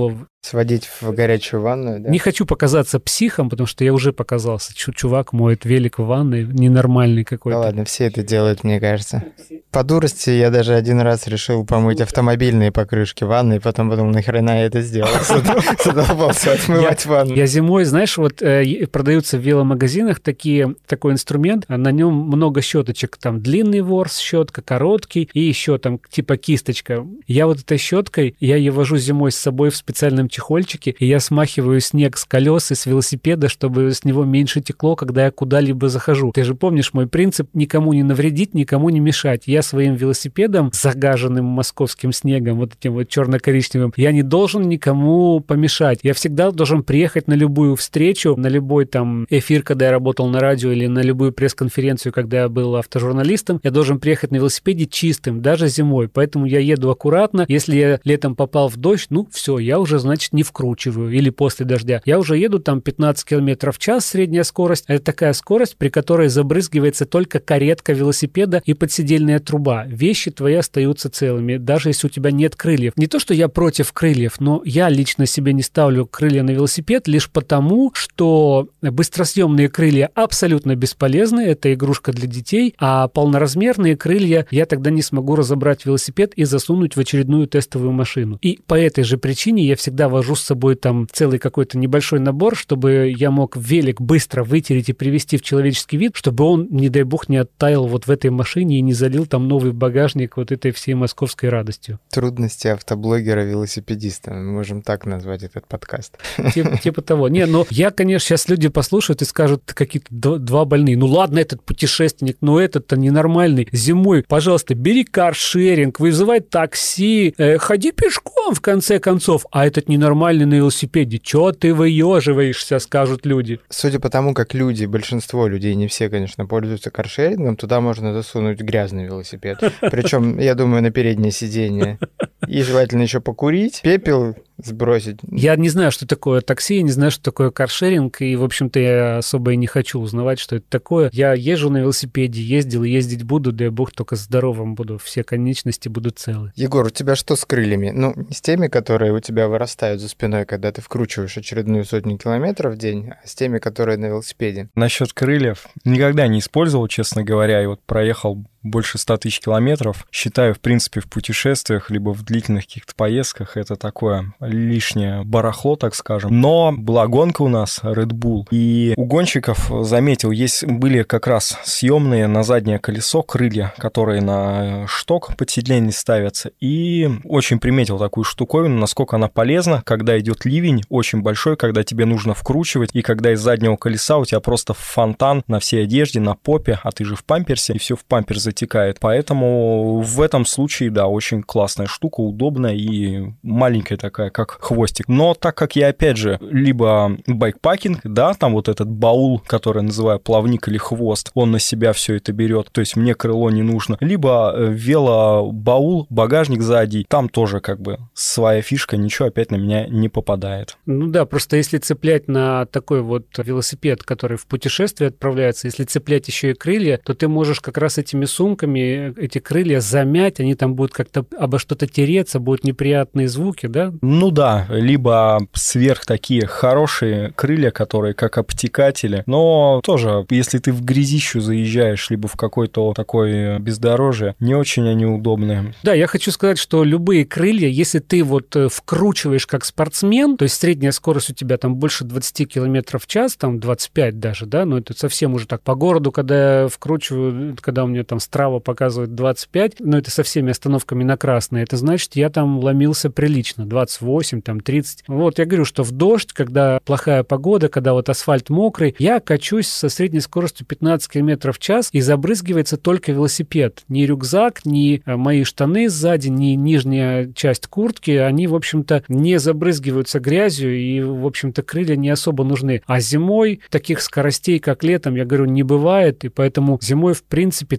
Сводить в горячую ванную, да? Не хочу показаться психом, потому что я уже показался. Чувак моет велик в ванной, ненормальный какой-то. Да ладно, все это делают, мне кажется. По дурости я даже один раз решил помыть автомобильные покрышки ванны, и потом подумал, нахрена я это сделал? Задолбался отмывать ванну. Я зимой, знаешь, вот продаются в веломагазинах такой инструмент, на нем много щеточек, там длинный ворс, щетка, короткий, и еще там типа кисточка. Я вот этой щеткой, я ее вожу зимой с собой в специальном чехольчике, и я смахиваю снег с колес и с велосипеда, чтобы с него меньше текло, когда я куда-либо захожу. Ты же помнишь мой принцип никому не навредить, никому не мешать. Я своим велосипедом, загаженным московским снегом, вот этим вот черно-коричневым, я не должен никому помешать. Я всегда должен приехать на любую встречу, на любой там эфир, когда я работал на радио, или на любую пресс-конференцию, когда я был автожурналистом, я должен приехать на велосипеде чистым, даже зимой. Поэтому я еду аккуратно. Если я летом попал в дождь, ну все, я уже, значит, не вкручиваю. Или после дождя. Я уже еду там 15 км в час, средняя скорость. Это такая скорость, при которой забрызгивается только каретка велосипеда и подседельная труба. Вещи твои остаются целыми, даже если у тебя нет крыльев. Не то, что я против крыльев, но я лично себе не ставлю крылья на велосипед лишь потому, что быстросъемные крылья абсолютно бесполезны. Это игрушка для детей, а полноразмерные крылья я тогда не смогу разобрать велосипед и засунуть в очередную тестовую машину. И по этой же причине я всегда вожу с собой там целый какой-то небольшой набор, чтобы я мог велик быстро вытереть и привести в человеческий вид, чтобы он, не дай бог, не оттаял вот в этой машине и не залил там новый багажник вот этой всей московской радостью. Трудности автоблогера-велосипедиста. Мы можем так назвать этот подкаст. Типа того. Не, но я, конечно, сейчас люди послушают и скажут, какие-то два больные. Ну ладно, этот путешественник, но этот-то ненормальный. Зимой, пожалуйста, бери каршеринг, вызывай такси, ходи пешком, в конце концов. А этот ненормальный на велосипеде. Чё ты выеживаешься, скажут люди. Судя по тому, как люди, большинство людей, не все, конечно, пользуются каршерингом, туда можно засунуть грязный велосипед. Причем, я думаю, на переднее сиденье. И желательно еще покурить, пепел сбросить. Я не знаю, что такое такси, я не знаю, что такое каршеринг, и, в общем-то, я особо и не хочу узнавать, что это такое. Я езжу на велосипеде, ездил и ездить буду, дай бог, только здоровым буду, все конечности будут целы. Егор, у тебя что с крыльями? Ну, не с теми, которые у тебя вырастают за спиной, когда ты вкручиваешь очередную 100 километров в день, а с теми, которые на велосипеде. Насчет крыльев никогда не использовал, честно говоря, и вот проехал больше 100 тысяч километров. Считаю, в принципе, в путешествиях, либо в длительных каких-то поездках это такое лишнее барахло, так скажем. Но была гонка у нас, Red Bull, и у гонщиков, заметил, были как раз съемные на заднее колесо крылья, которые на шток подседельный ставятся, и очень приметил такую штуковину, насколько она полезна, когда идет ливень очень большой, когда тебе нужно вкручивать, и когда из заднего колеса у тебя просто фонтан на всей одежде, на попе, а ты же в памперсе, и все в памперс затекает. Поэтому в этом случае, да, очень классная штука, удобная и маленькая такая, как хвостик. Но так как я, опять же, либо байкпакинг, да, там вот этот баул, который я называю плавник или хвост, он на себя все это берет, то есть мне крыло не нужно. Либо велобаул, багажник сзади, там тоже как бы своя фишка, ничего опять на меня не попадает. Ну да, просто если цеплять на такой вот велосипед, который в путешествие отправляется, если цеплять еще и крылья, то ты можешь как раз этими сумками эти крылья замять, они там будут как-то обо что-то тереться, будут неприятные звуки, да? Ну да, либо сверх такие хорошие крылья, которые как обтекатели, но тоже, если ты в грязищу заезжаешь, либо в какой-то такой бездорожье, не очень они удобные. Да, я хочу сказать, что любые крылья, если ты вот вкручиваешь как спортсмен, то есть средняя скорость у тебя там больше 20 км в час, там 25 даже, да, но это совсем уже так по городу, когда я вкручиваю, когда у меня там Strava показывает 25, но это со всеми остановками на красное, это значит, я там ломился прилично, 28, там 30. Вот я говорю, что в дождь, когда плохая погода, когда вот асфальт мокрый, я качусь со средней скоростью 15 км в час, и забрызгивается только велосипед. Ни рюкзак, ни мои штаны сзади, ни нижняя часть куртки, они, в общем-то, не забрызгиваются грязью, и, в общем-то, крылья не особо нужны. А зимой таких скоростей, как летом, я говорю, не бывает, и поэтому зимой, в принципе, ты качаешься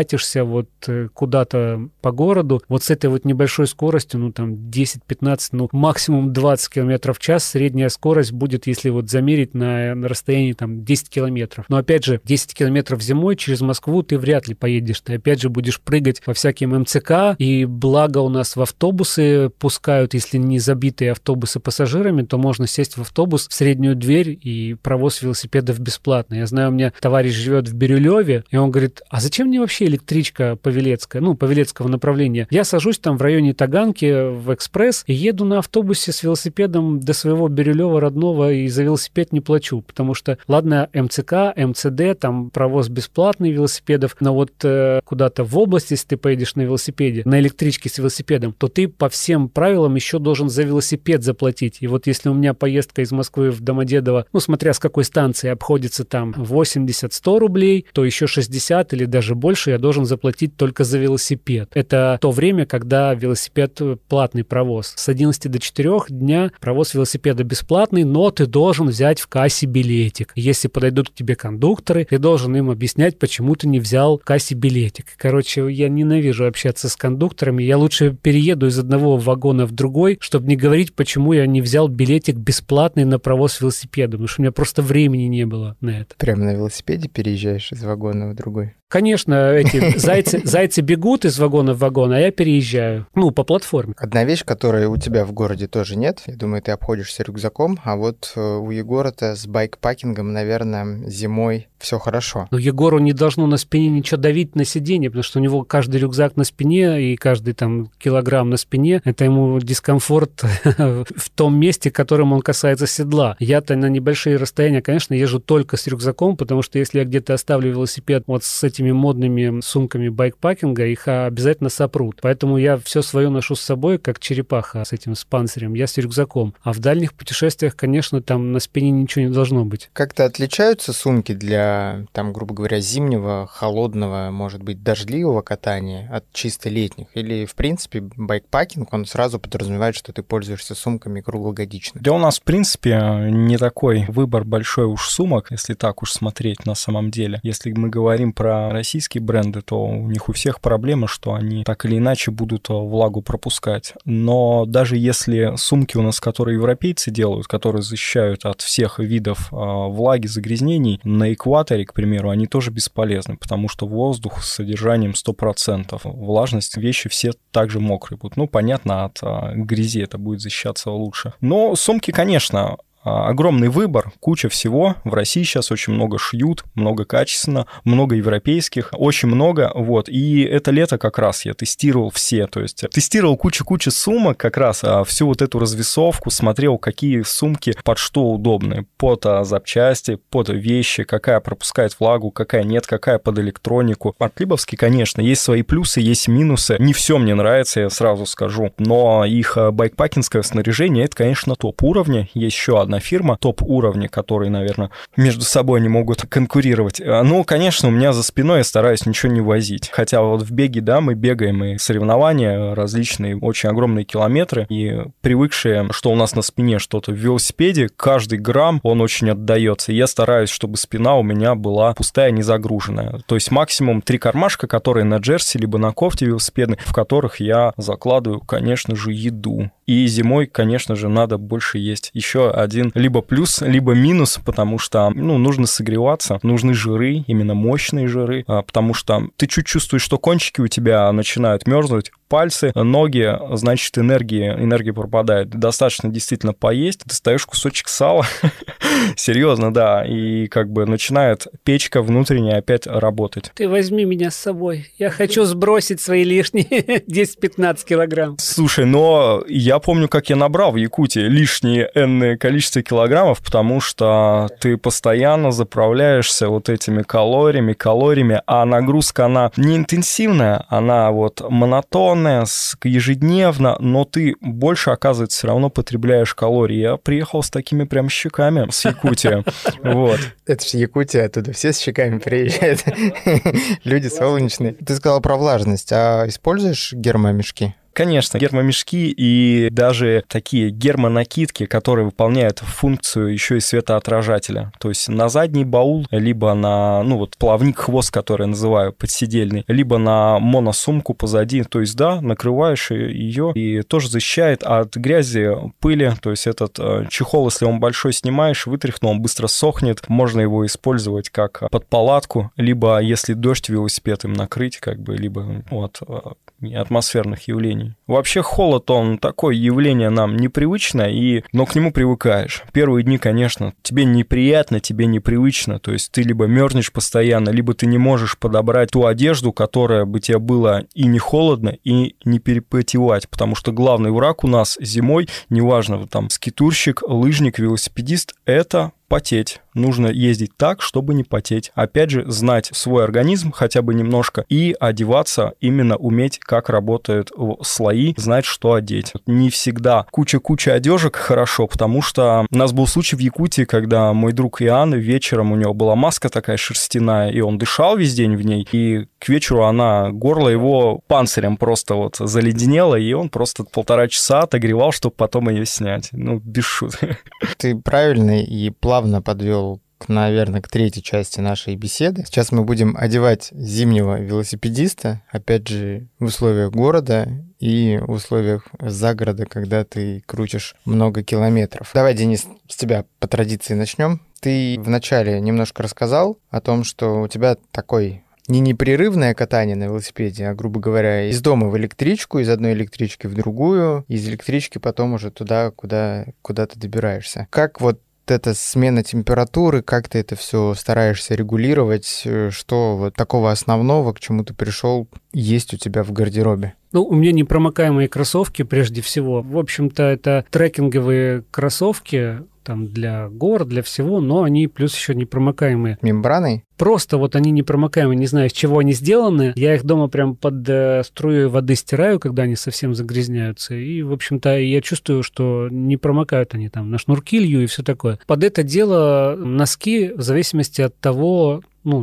катишься вот куда-то по городу, вот с этой вот небольшой скоростью, ну, там, 10-15, ну, максимум 20 км в час средняя скорость будет, если вот замерить на расстоянии, там, 10 километров. Но, опять же, 10 километров зимой через Москву ты вряд ли поедешь. Ты, опять же, будешь прыгать по всяким МЦК, и благо у нас в автобусы пускают, если не забитые автобусы пассажирами, то можно сесть в автобус в среднюю дверь, и провоз велосипедов бесплатно. Я знаю, у меня товарищ живет в Бирюлеве, и он говорит, а зачем мне вообще электричка Павелецкая, ну, Павелецкого направления? Я сажусь там в районе Таганки в экспресс и еду на автобусе с велосипедом до своего Бирюлева родного, и за велосипед не плачу, потому что, ладно, МЦК, МЦД, там провоз бесплатный велосипедов, но вот куда-то в область, если ты поедешь на велосипеде, на электричке с велосипедом, то ты по всем правилам еще должен за велосипед заплатить. И вот если у меня поездка из Москвы в Домодедово, ну, смотря с какой станции, обходится там 80-100 рублей, то еще 60 или даже больше я должен заплатить только за велосипед. Это то время, когда велосипед платный провоз. С 11 до 4 дня провоз велосипеда бесплатный, но ты должен взять в кассе билетик. Если подойдут к тебе кондукторы, ты должен им объяснять, почему ты не взял в кассе билетик. Короче, я ненавижу общаться с кондукторами. Я лучше перееду из одного вагона в другой, чтобы не говорить, почему я не взял билетик бесплатный на провоз велосипеда, потому что у меня просто времени не было на это. Прямо на велосипеде переезжаешь из вагона в другой? Конечно, эти зайцы бегут из вагона в вагон, а я переезжаю. Ну, по платформе. Одна вещь, которой у тебя в городе тоже нет, я думаю, ты обходишься рюкзаком, а вот у Егора-то с байкпакингом, наверное, зимой все хорошо. Но Егору не должно на спине ничего давить на сиденье, потому что у него каждый рюкзак на спине и каждый там килограмм на спине, это ему дискомфорт в том месте, которым он касается седла. Я-то на небольшие расстояния, конечно, езжу только с рюкзаком, потому что если я где-то оставлю велосипед вот с этими модными сумками байкпакинга, их обязательно сопрут. Поэтому я все свое ношу с собой, как черепаха с этим спансером. Я с рюкзаком. А в дальних путешествиях, конечно, там на спине ничего не должно быть. Как-то отличаются сумки для, там, грубо говоря, зимнего, холодного, может быть, дождливого катания от чисто летних? Или, в принципе, байкпакинг, он сразу подразумевает, что ты пользуешься сумками круглогодично? Да у нас, в принципе, не такой выбор большой уж сумок, если так уж смотреть на самом деле. Если мы говорим про российские бренды, то у них у всех проблема, что они так или иначе будут влагу пропускать. Но даже если сумки у нас, которые европейцы делают, которые защищают от всех видов влаги, загрязнений, на экваторе, к примеру, они тоже бесполезны, потому что воздух с содержанием 100%. Влажность, вещи все также мокрые будут. Ну, понятно, от грязи это будет защищаться лучше. Но сумки, конечно, огромный выбор, куча всего. В России сейчас очень много шьют, много качественно, много европейских, очень много, вот. И это лето как раз я тестировал все, то есть тестировал кучу сумок как раз, всю вот эту развесовку, смотрел, какие сумки под что удобны, под запчасти, под вещи, какая пропускает влагу, какая нет, какая под электронику. От Либовски, конечно, есть свои плюсы, есть минусы. Не все мне нравится, я сразу скажу, но их байкпакинское снаряжение, это, конечно, топ уровня. Есть еще одна фирма топ-уровня, которые, наверное, между собой не могут конкурировать. Ну, конечно, у меня за спиной я стараюсь ничего не возить. Хотя вот в беге, да, мы бегаем, и соревнования различные, очень огромные километры, и привыкшие, что у нас на спине что-то в велосипеде, каждый грамм, он очень отдается. И я стараюсь, чтобы спина у меня была пустая, не загруженная. То есть максимум 3 кармашка, которые на джерси, либо на кофте велосипедной, в которых я закладываю, конечно же, еду. И зимой, конечно же, надо больше есть. Еще один либо плюс, либо минус, потому что, ну, нужно согреваться, нужны жиры, именно мощные жиры, потому что ты чуть чувствуешь, что кончики у тебя начинают мерзнуть, пальцы, ноги, значит, энергия пропадает. Достаточно действительно поесть, достаешь кусочек сала, серьезно, да, и как бы начинает печка внутренняя опять работать. Ты возьми меня с собой, я хочу сбросить свои лишние 10-15 килограмм. Слушай, но я помню, как я набрал в Якутии лишнее энное количество килограммов, потому что ты постоянно заправляешься вот этими калориями, а нагрузка, она не интенсивная, она вот монотонная, ежедневно, но ты больше, оказывается, все равно потребляешь калорий. Я приехал с такими прям щеками с Якутии. Вот. Это же Якутия, оттуда все с щеками приезжают. Люди солнечные. Ты сказал про влажность, а используешь гермомешки? Конечно, гермомешки и даже такие гермонакидки, которые выполняют функцию еще и светоотражателя. То есть на задний баул, либо на, плавник-хвост, который я называю подседельный, либо на моносумку позади. То есть, да, накрываешь ее и тоже защищает от грязи, пыли. То есть этот чехол, если он большой, снимаешь, вытряхнул, он быстро сохнет. Можно его использовать как под палатку, либо если дождь, велосипед им накрыть, либо от атмосферных явлений. Вообще холод, он такое явление нам непривычно, но к нему привыкаешь. Первые дни, конечно, тебе неприятно, тебе непривычно, то есть ты либо мерзнешь постоянно, либо ты не можешь подобрать ту одежду, которая бы тебе было и не холодно, и не перепотевать, потому что главный враг у нас зимой, неважно, там, скитурщик, лыжник, велосипедист, это потеть. Нужно ездить так, чтобы не потеть. Опять же, знать свой организм хотя бы немножко и одеваться, именно уметь, как работают слои, знать, что одеть. Не всегда куча одежек хорошо, потому что у нас был случай в Якутии, когда мой друг Иоанн вечером, у него была маска такая шерстяная, и он дышал весь день в ней, и к вечеру горло его панцирем просто заледенело, и он просто 1,5 часа отогревал, чтобы потом ее снять. Без шуток. Ты правильно и плавно подвел, наверное, к третьей части нашей беседы. Сейчас мы будем одевать зимнего велосипедиста, опять же, в условиях города и в условиях загорода, когда ты крутишь много километров. Давай, Денис, с тебя по традиции начнем. Ты вначале немножко рассказал о том, что у тебя такой не непрерывное катание на велосипеде, а, грубо говоря, из дома в электричку, из одной электрички в другую, из электрички потом уже туда, куда ты добираешься. Как эта смена температуры, как ты это все стараешься регулировать, что такого основного, к чему ты пришел, есть у тебя в гардеробе? У меня непромокаемые кроссовки прежде всего. В общем-то, это трекинговые кроссовки, там для гор, для всего, но они плюс еще непромокаемые. Мембраной? Просто они непромокаемые, не знаю, из чего они сделаны. Я их дома прям под струей воды стираю, когда они совсем загрязняются. И, в общем-то, я чувствую, что не промокают они там на шнурки лью и все такое. Под это дело носки в зависимости от того,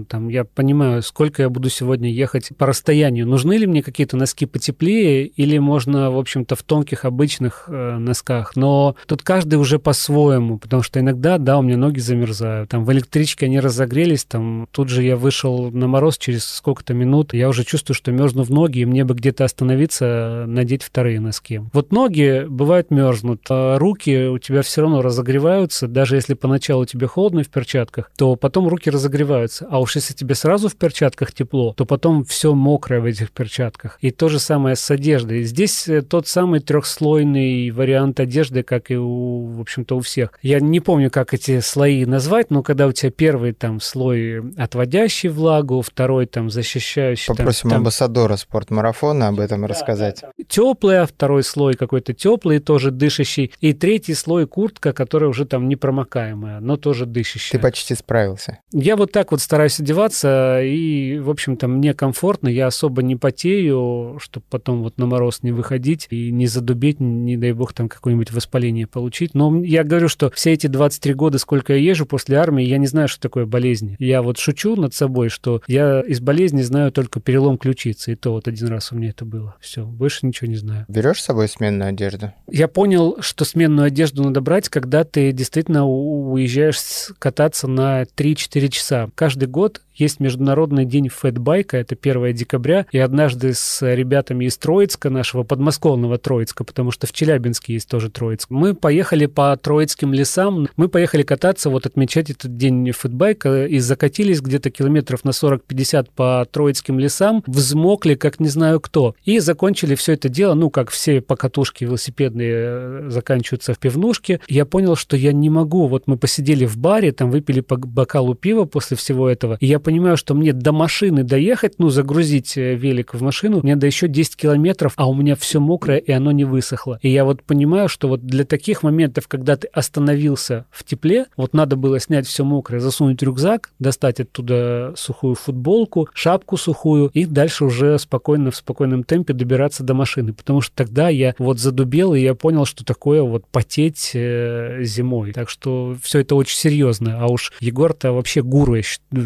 я понимаю, сколько я буду сегодня ехать по расстоянию. Нужны ли мне какие-то носки потеплее или можно, в общем-то, в тонких обычных носках? Но тут каждый уже по-своему, потому что иногда, у меня ноги замерзают. Там в электричке они разогрелись, тут же я вышел на мороз через сколько-то минут, я уже чувствую, что мерзну в ноги, и мне бы где-то остановиться, надеть вторые носки. Ноги бывают мерзнут, а руки у тебя все равно разогреваются, даже если поначалу тебе холодно в перчатках, то потом руки разогреваются. А уж если тебе сразу в перчатках тепло, то потом все мокрое в этих перчатках. И то же самое с одеждой. Здесь тот самый трехслойный вариант одежды, как и в общем-то, у всех. Я не помню, как эти слои назвать, но когда у тебя первый слой отводящий влагу, второй защищающий. Попросим амбассадора спортмарафона об этом рассказать. Теплый, а второй слой какой-то теплый, тоже дышащий. И третий слой куртка, которая уже непромокаемая, но тоже дышащая. Ты почти справился. Я так стараюсь одеваться, и, в общем-то, мне комфортно, я особо не потею, чтобы потом на мороз не выходить и не задубеть, не дай бог какое-нибудь воспаление получить. Но я говорю, что все эти 23 года, сколько я езжу после армии, я не знаю, что такое болезнь. Я шучу над собой, что я из болезни знаю только перелом ключицы, и то один раз у меня это было. Все, больше ничего не знаю. Берешь с собой сменную одежду? Я понял, что сменную одежду надо брать, когда ты действительно уезжаешь кататься на 3-4 часа. Каждый год есть Международный день фэтбайка, это 1 декабря, и однажды с ребятами из Троицка, нашего подмосковного Троицка, потому что в Челябинске есть тоже Троицк, мы поехали по троицким лесам, мы поехали кататься, отмечать этот день фэтбайка, и закатились где-то километров на 40-50 по троицким лесам, взмокли, как не знаю кто, и закончили все это дело, как все покатушки велосипедные заканчиваются в пивнушке. Я понял, что я не могу, мы посидели в баре, выпили по бокалу пива после всего этого, и я понимаю, что мне до машины доехать, загрузить велик в машину, мне надо еще 10 километров, а у меня все мокрое, и оно не высохло. И я понимаю, что для таких моментов, когда ты остановился в тепле, надо было снять все мокрое, засунуть рюкзак, достать оттуда сухую футболку, шапку сухую, и дальше уже спокойно, в спокойном темпе добираться до машины. Потому что тогда я задубел, и я понял, что такое потеть зимой. Так что все это очень серьезно. А уж Егор-то вообще гуру,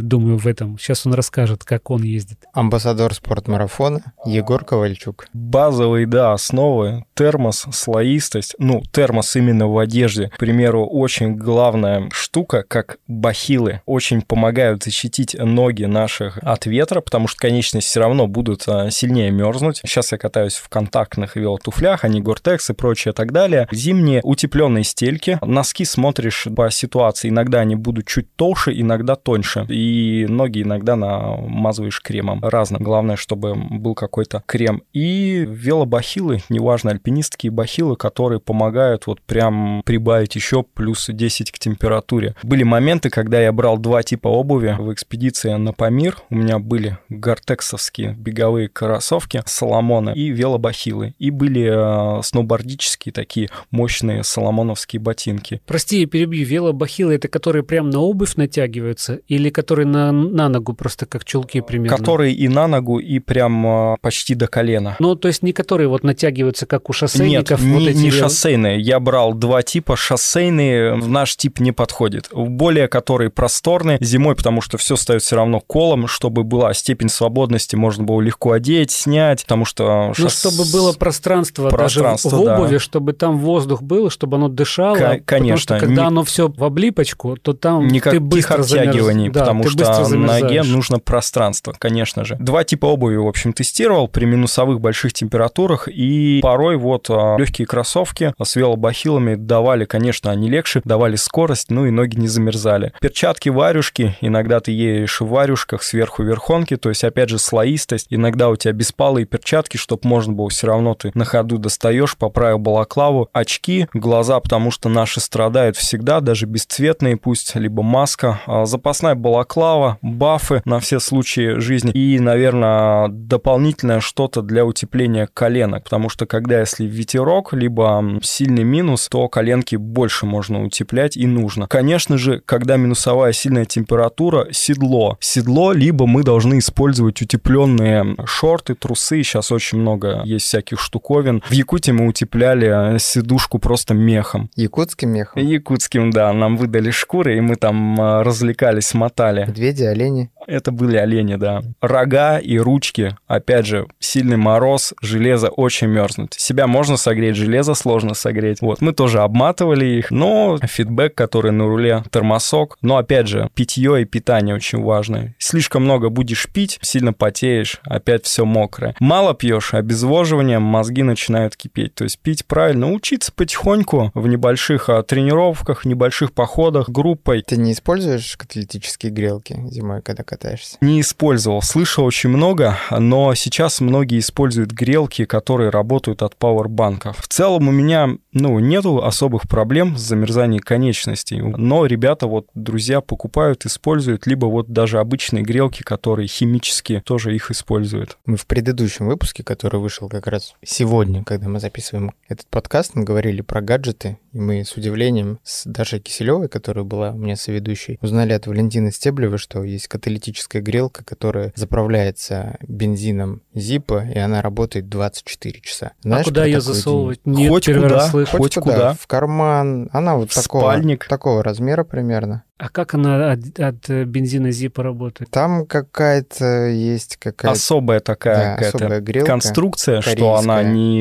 думаю, в этом. Сейчас он расскажет, как он ездит. Амбассадор спортмарафона Егор Ковальчук. Базовые, да, основы. Термос, слоистость. Термос именно в одежде. К примеру, очень главная штука, как бахилы. Очень помогают защитить ноги наших от ветра, потому что конечности все равно будут сильнее мерзнуть. Сейчас я катаюсь в контактных велотуфлях, они Гортекс и прочее и так далее. Зимние утепленные стельки. Носки смотришь по ситуации. Иногда они будут чуть толще, иногда тоньше. И ноги иногда намазываешь кремом. Разно. Главное, чтобы был какой-то крем. И велобахилы, неважно, альпинистские бахилы, которые помогают вот прям прибавить еще плюс 10 к температуре. Были моменты, когда я брал 2 типа обуви в экспедиции на Памир. У меня были гортексовские беговые кроссовки, соломоны и велобахилы. И были сноубордические такие мощные соломоновские ботинки. Прости, я перебью. Велобахилы — это которые прям на обувь натягиваются или которые на ногу, просто как чулки примерно? Которые и на ногу, и прям почти до колена. Ну, то есть не которые вот натягиваются, как у шоссейников? Нет, вот не шоссейные. Я брал 2 типа. Шоссейные в наш тип не подходит. Более которые просторные зимой, потому что все стоит все равно колом, чтобы была степень свободности, можно было легко одеть, снять, потому что... чтобы было пространство даже в обуви, да. Чтобы там воздух был, чтобы оно дышало. Конечно. Потому что когда оно все в облипочку, то там никаких ты быстро обтягиваний, да, потому что ноге нужно пространство, конечно же. 2 типа обуви, в общем, тестировал при минусовых больших температурах, и порой вот легкие кроссовки с велобахилами давали, конечно, они легче, давали скорость, и ноги не замерзали. Перчатки, варюшки, иногда ты едешь в варюшках сверху верхонки, то есть, опять же, слоистость, иногда у тебя беспалые перчатки, чтобы можно было все равно ты на ходу достаешь, поправил балаклаву, очки, глаза, потому что наши страдают всегда, даже бесцветные, пусть, либо маска, запасная балаклава, бафы на все случаи жизни и, наверное, дополнительное что-то для утепления коленок, потому что когда если ветерок, либо сильный минус, то коленки больше можно утеплять и нужно. Конечно же, когда минусовая сильная температура, седло, либо мы должны использовать утепленные шорты, трусы, сейчас очень много есть всяких штуковин. В Якутии мы утепляли сидушку просто мехом. Якутским мехом? Якутским, да, нам выдали шкуры, и мы там развлекались, мотали. Медведи, олени? Это были олени, да. Рога и ручки, опять же, сильный мороз, железо очень мерзнут. Себя можно согреть, железо сложно согреть. Вот, мы тоже обматывали их, но фидбэк, который на руле, термосок, но, опять же, питье и питание очень важно. Слишком много будешь пить, сильно потеешь, опять все мокрое. Мало пьешь, обезвоживание, мозги начинают кипеть. То есть пить правильно, учиться потихоньку в небольших тренировках, небольших походах, группой. Ты не используешь каталитические грелки зимой, когда катаешься? Не использовал. Слышал очень много, но сейчас многие используют грелки, которые работают от пауэрбанков. В целом у меня, нету особых проблем с замерзанием конечностей, но ребята, друзья покупают, используют, либо даже обычные грелки, которые химические, тоже их используют. Мы в предыдущем выпуске, который вышел как раз сегодня, когда мы записываем этот подкаст, мы говорили про гаджеты, и мы с удивлением с Дашей Киселевой, которая была у меня соведущей, узнали от Валентины Стеблевой, что есть каталитическая грелка, которая заправляется бензином Зипа, и она работает 24 часа. Знаешь, куда ее засовывать? Нет, хоть первый куда, раз слышу. хоть куда. В карман. Она в спальник. Такого размера примерно. А как она от бензина Зипа работает? Там какая-то есть особая такая особая грелка, конструкция, корейская, что она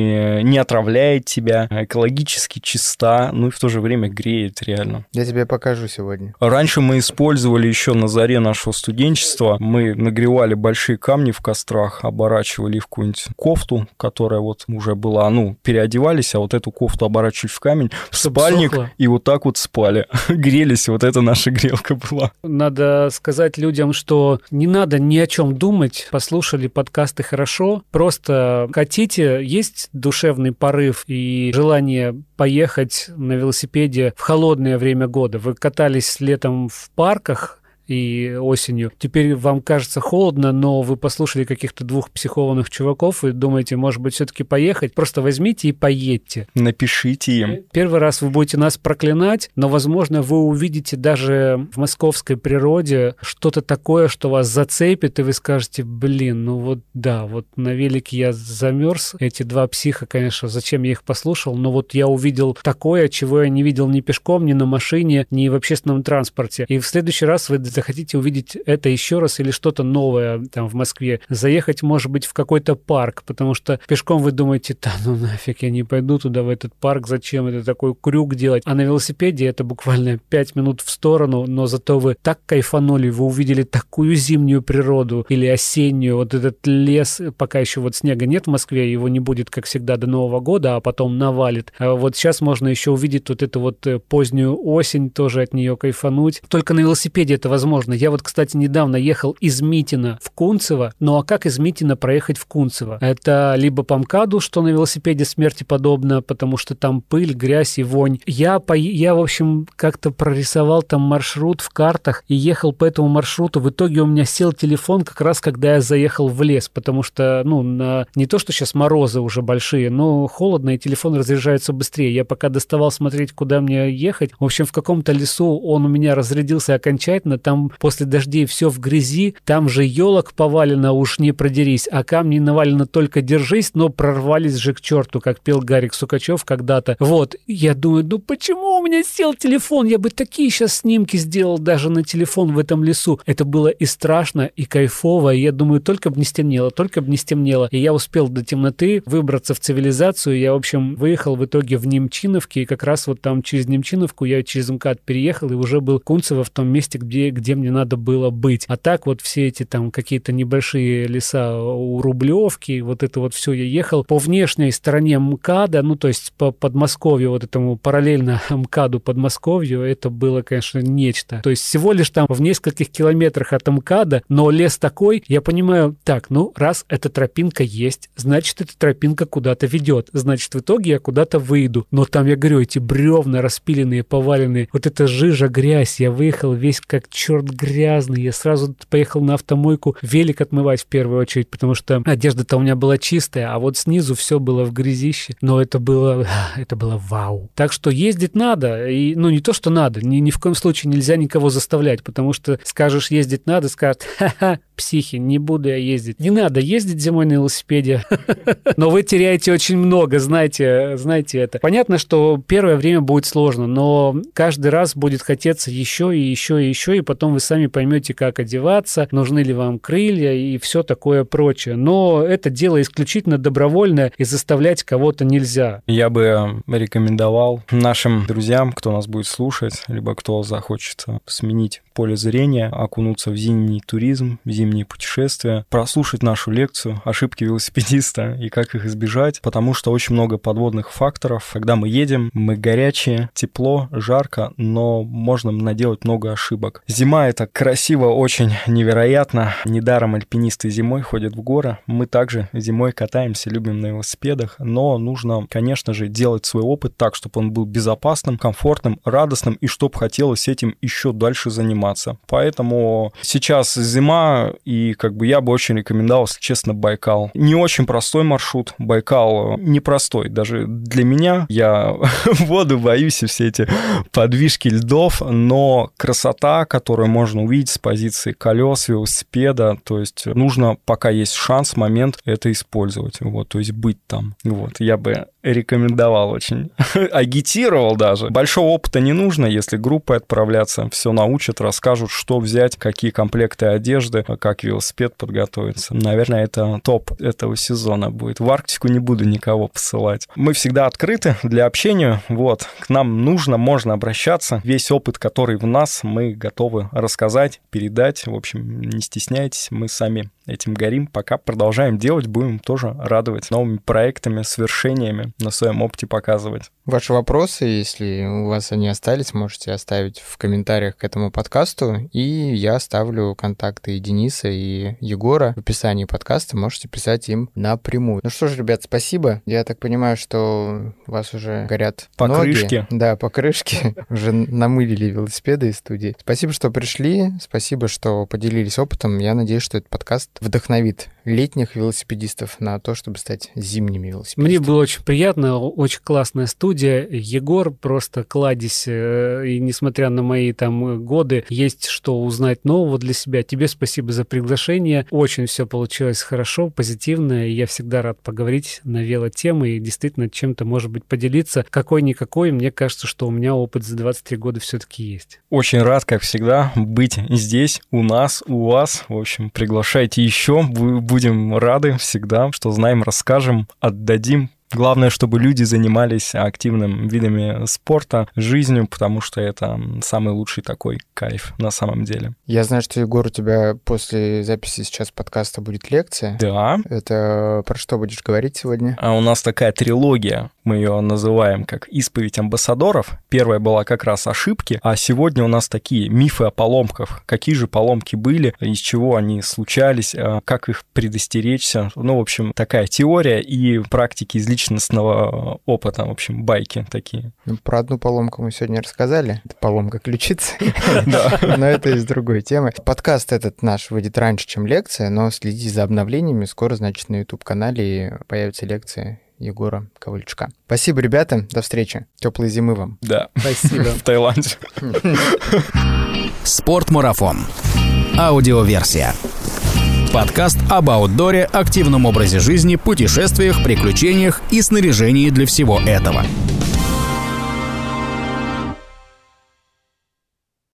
не отравляет тебя, экологически чиста, и в то же время греет реально. Я тебе покажу сегодня. Раньше мы использовали еще на заре нашего студенчества, мы нагревали большие камни в кострах, оборачивали в какую-нибудь кофту, которая уже была, переодевались, а эту кофту оборачивали в камень, в спальник, сохло. И так спали. Грелись, это наша грелка была. Надо сказать людям, что не надо ни о чем думать, послушали подкасты хорошо, просто хотите, есть душевный порыв и желание поехать на велосипеде в холодное время года. Вы катались летом в парках и осенью. Теперь вам кажется холодно, но вы послушали каких-то 2 психованных чуваков и думаете, может быть, все-таки поехать. Просто возьмите и поедьте. Напишите им. Первый раз вы будете нас проклинать, но, возможно, вы увидите даже в московской природе что-то такое, что вас зацепит, и вы скажете, на велике я замерз. Эти 2 психа, конечно, зачем я их послушал, но я увидел такое, чего я не видел ни пешком, ни на машине, ни в общественном транспорте. И в следующий раз вы захотите увидеть это еще раз или что-то новое там в Москве, заехать, может быть, в какой-то парк, потому что пешком вы думаете, да ну нафиг, я не пойду туда, в этот парк, зачем это такой крюк делать? А на велосипеде это буквально 5 минут в сторону, но зато вы так кайфанули, вы увидели такую зимнюю природу или осеннюю, вот этот лес, пока еще вот снега нет в Москве, его не будет, как всегда, до Нового года, а потом навалит. А вот сейчас можно еще увидеть вот эту вот позднюю осень, тоже от нее кайфануть. Только на велосипеде это возможно. Я вот, кстати, недавно ехал из Митина в Кунцево. Ну а как из Митина проехать в Кунцево? Это либо по МКАДу, что на велосипеде смерти подобно, потому что там пыль, грязь и вонь. Я, в общем, как-то прорисовал там маршрут в картах и ехал по этому маршруту. В итоге у меня сел телефон как раз, когда я заехал в лес, потому что, не то, что сейчас морозы уже большие, но холодно, и телефон разряжается быстрее. Я пока доставал смотреть, куда мне ехать. В общем, в каком-то лесу он у меня разрядился окончательно. Там после дождей все в грязи, там же елок повалено, уж не продерись, а камни навалено только держись, но прорвались же к черту, как пел Гарик Сукачев когда-то. Вот, я думаю, почему у меня сел телефон? Я бы такие сейчас снимки сделал даже на телефон в этом лесу. Это было и страшно, и кайфово, и я думаю, только бы не стемнело. И я успел до темноты выбраться в цивилизацию. Я, в общем, выехал в итоге в Немчиновке, и как раз вот там через Немчиновку я через МКАД переехал и уже был в Кунцево, в том месте, где мне надо было быть. А так вот все эти там какие-то небольшие леса у Рублевки, вот это вот все я ехал по внешней стороне МКАДа, то есть по Подмосковью, вот этому параллельно МКАДу Подмосковью, это было, конечно, нечто. То есть всего лишь там в нескольких километрах от МКАДа, но лес такой, я понимаю, так, раз эта тропинка есть, значит, эта тропинка куда-то ведет, значит, в итоге я куда-то выйду. Но там, я говорю, эти бревна распиленные, поваленные, вот эта жижа, грязь, я выехал весь как черт грязный, я сразу поехал на автомойку велик отмывать в первую очередь, потому что одежда-то у меня была чистая, а вот снизу все было в грязище, но это было вау. Так что ездить надо, и, не то, что надо, ни в коем случае нельзя никого заставлять, потому что скажешь ездить надо, скажут, ха-ха, психи, не буду я ездить. Не надо ездить зимой на велосипеде, но вы теряете очень много, знаете это. Понятно, что первое время будет сложно, но каждый раз будет хотеться еще и еще и еще, и потом вы сами поймете, как одеваться, нужны ли вам крылья и все такое прочее. Но это дело исключительно добровольное, и заставлять кого-то нельзя. Я бы рекомендовал нашим друзьям, кто нас будет слушать, либо кто захочет сменить поле зрения, окунуться в зимний туризм, в зимние путешествия, прослушать нашу лекцию «Ошибки велосипедиста» и как их избежать, потому что очень много подводных факторов. Когда мы едем, мы горячие, тепло, жарко, но можно наделать много ошибок. Зима — это красиво, очень невероятно. Недаром альпинисты зимой ходят в горы. Мы также зимой катаемся, любим на велосипедах, но нужно, конечно же, делать свой опыт так, чтобы он был безопасным, комфортным, радостным, и чтобы хотелось этим еще дальше заниматься. Поэтому сейчас зима, и я бы очень рекомендовал, если честно, Байкал. Не очень простой маршрут. Байкал непростой даже для меня. Я воду боюсь и все эти подвижки льдов, но красота, которую можно увидеть с позиции колес, велосипеда, то есть нужно, пока есть шанс, момент, это использовать. То есть быть там. Я бы рекомендовал очень. Агитировал даже. Большого опыта не нужно, если группой отправляться. Все научат, расскажут, что взять, какие комплекты одежды, как велосипед подготовиться. Наверное, это топ этого сезона будет. В Арктику не буду никого посылать. Мы всегда открыты для общения. К нам можно обращаться. Весь опыт, который в нас, мы готовы рассказать, передать. В общем, не стесняйтесь, мы сами этим горим. Пока продолжаем делать, будем тоже радовать новыми проектами, свершениями, на своем опыте показывать. Ваши вопросы, если у вас они остались, можете оставить в комментариях к этому подкасту, и я оставлю контакты и Дениса, и Егора в описании подкаста, можете писать им напрямую. Ну что ж, ребят, спасибо. Я так понимаю, что у вас уже горят покрышки. Ноги. Да, покрышки. Уже намылили велосипеды из студии. Спасибо, что пришли, спасибо, что поделились опытом. Я надеюсь, что этот подкаст вдохновит летних велосипедистов на то, чтобы стать зимними велосипедистами. Мне было очень приятно, очень классная студия. Егор просто кладезь, и несмотря на мои там годы, есть что узнать нового для себя. Тебе спасибо за приглашение. Очень все получилось хорошо, позитивно, и я всегда рад поговорить на велотемы и действительно чем-то, может быть, поделиться. Какой-никакой, мне кажется, что у меня опыт за 23 года все-таки есть. Очень рад, как всегда, быть здесь, у нас, у вас. В общем, приглашайте еще, будем рады всегда, что знаем, расскажем, отдадим. Главное, чтобы люди занимались активными видами спорта, жизнью, потому что это самый лучший такой кайф на самом деле. Я знаю, что, Егор, у тебя после записи сейчас подкаста будет лекция. Да. Это про что будешь говорить сегодня? А у нас такая трилогия, мы ее называем как «Исповедь амбассадоров». Первая была как раз ошибки, а сегодня у нас такие мифы о поломках. Какие же поломки были, из чего они случались, как их предостеречься. Ну, в общем, такая теория и практики из личностного опыта, в общем, байки такие. Про одну поломку мы сегодня рассказали. Это поломка ключицы. Да. Но это из другой темы. Подкаст этот наш выйдет раньше, чем лекция, но следите за обновлениями. Скоро, значит, на YouTube-канале появится лекция Егора Ковальчука. Спасибо, ребята. До встречи. Теплой зимы вам. Да. Спасибо. В Таиланде. Спортмарафон. Аудиоверсия. Подкаст об аутдоре, активном образе жизни, путешествиях, приключениях и снаряжении для всего этого.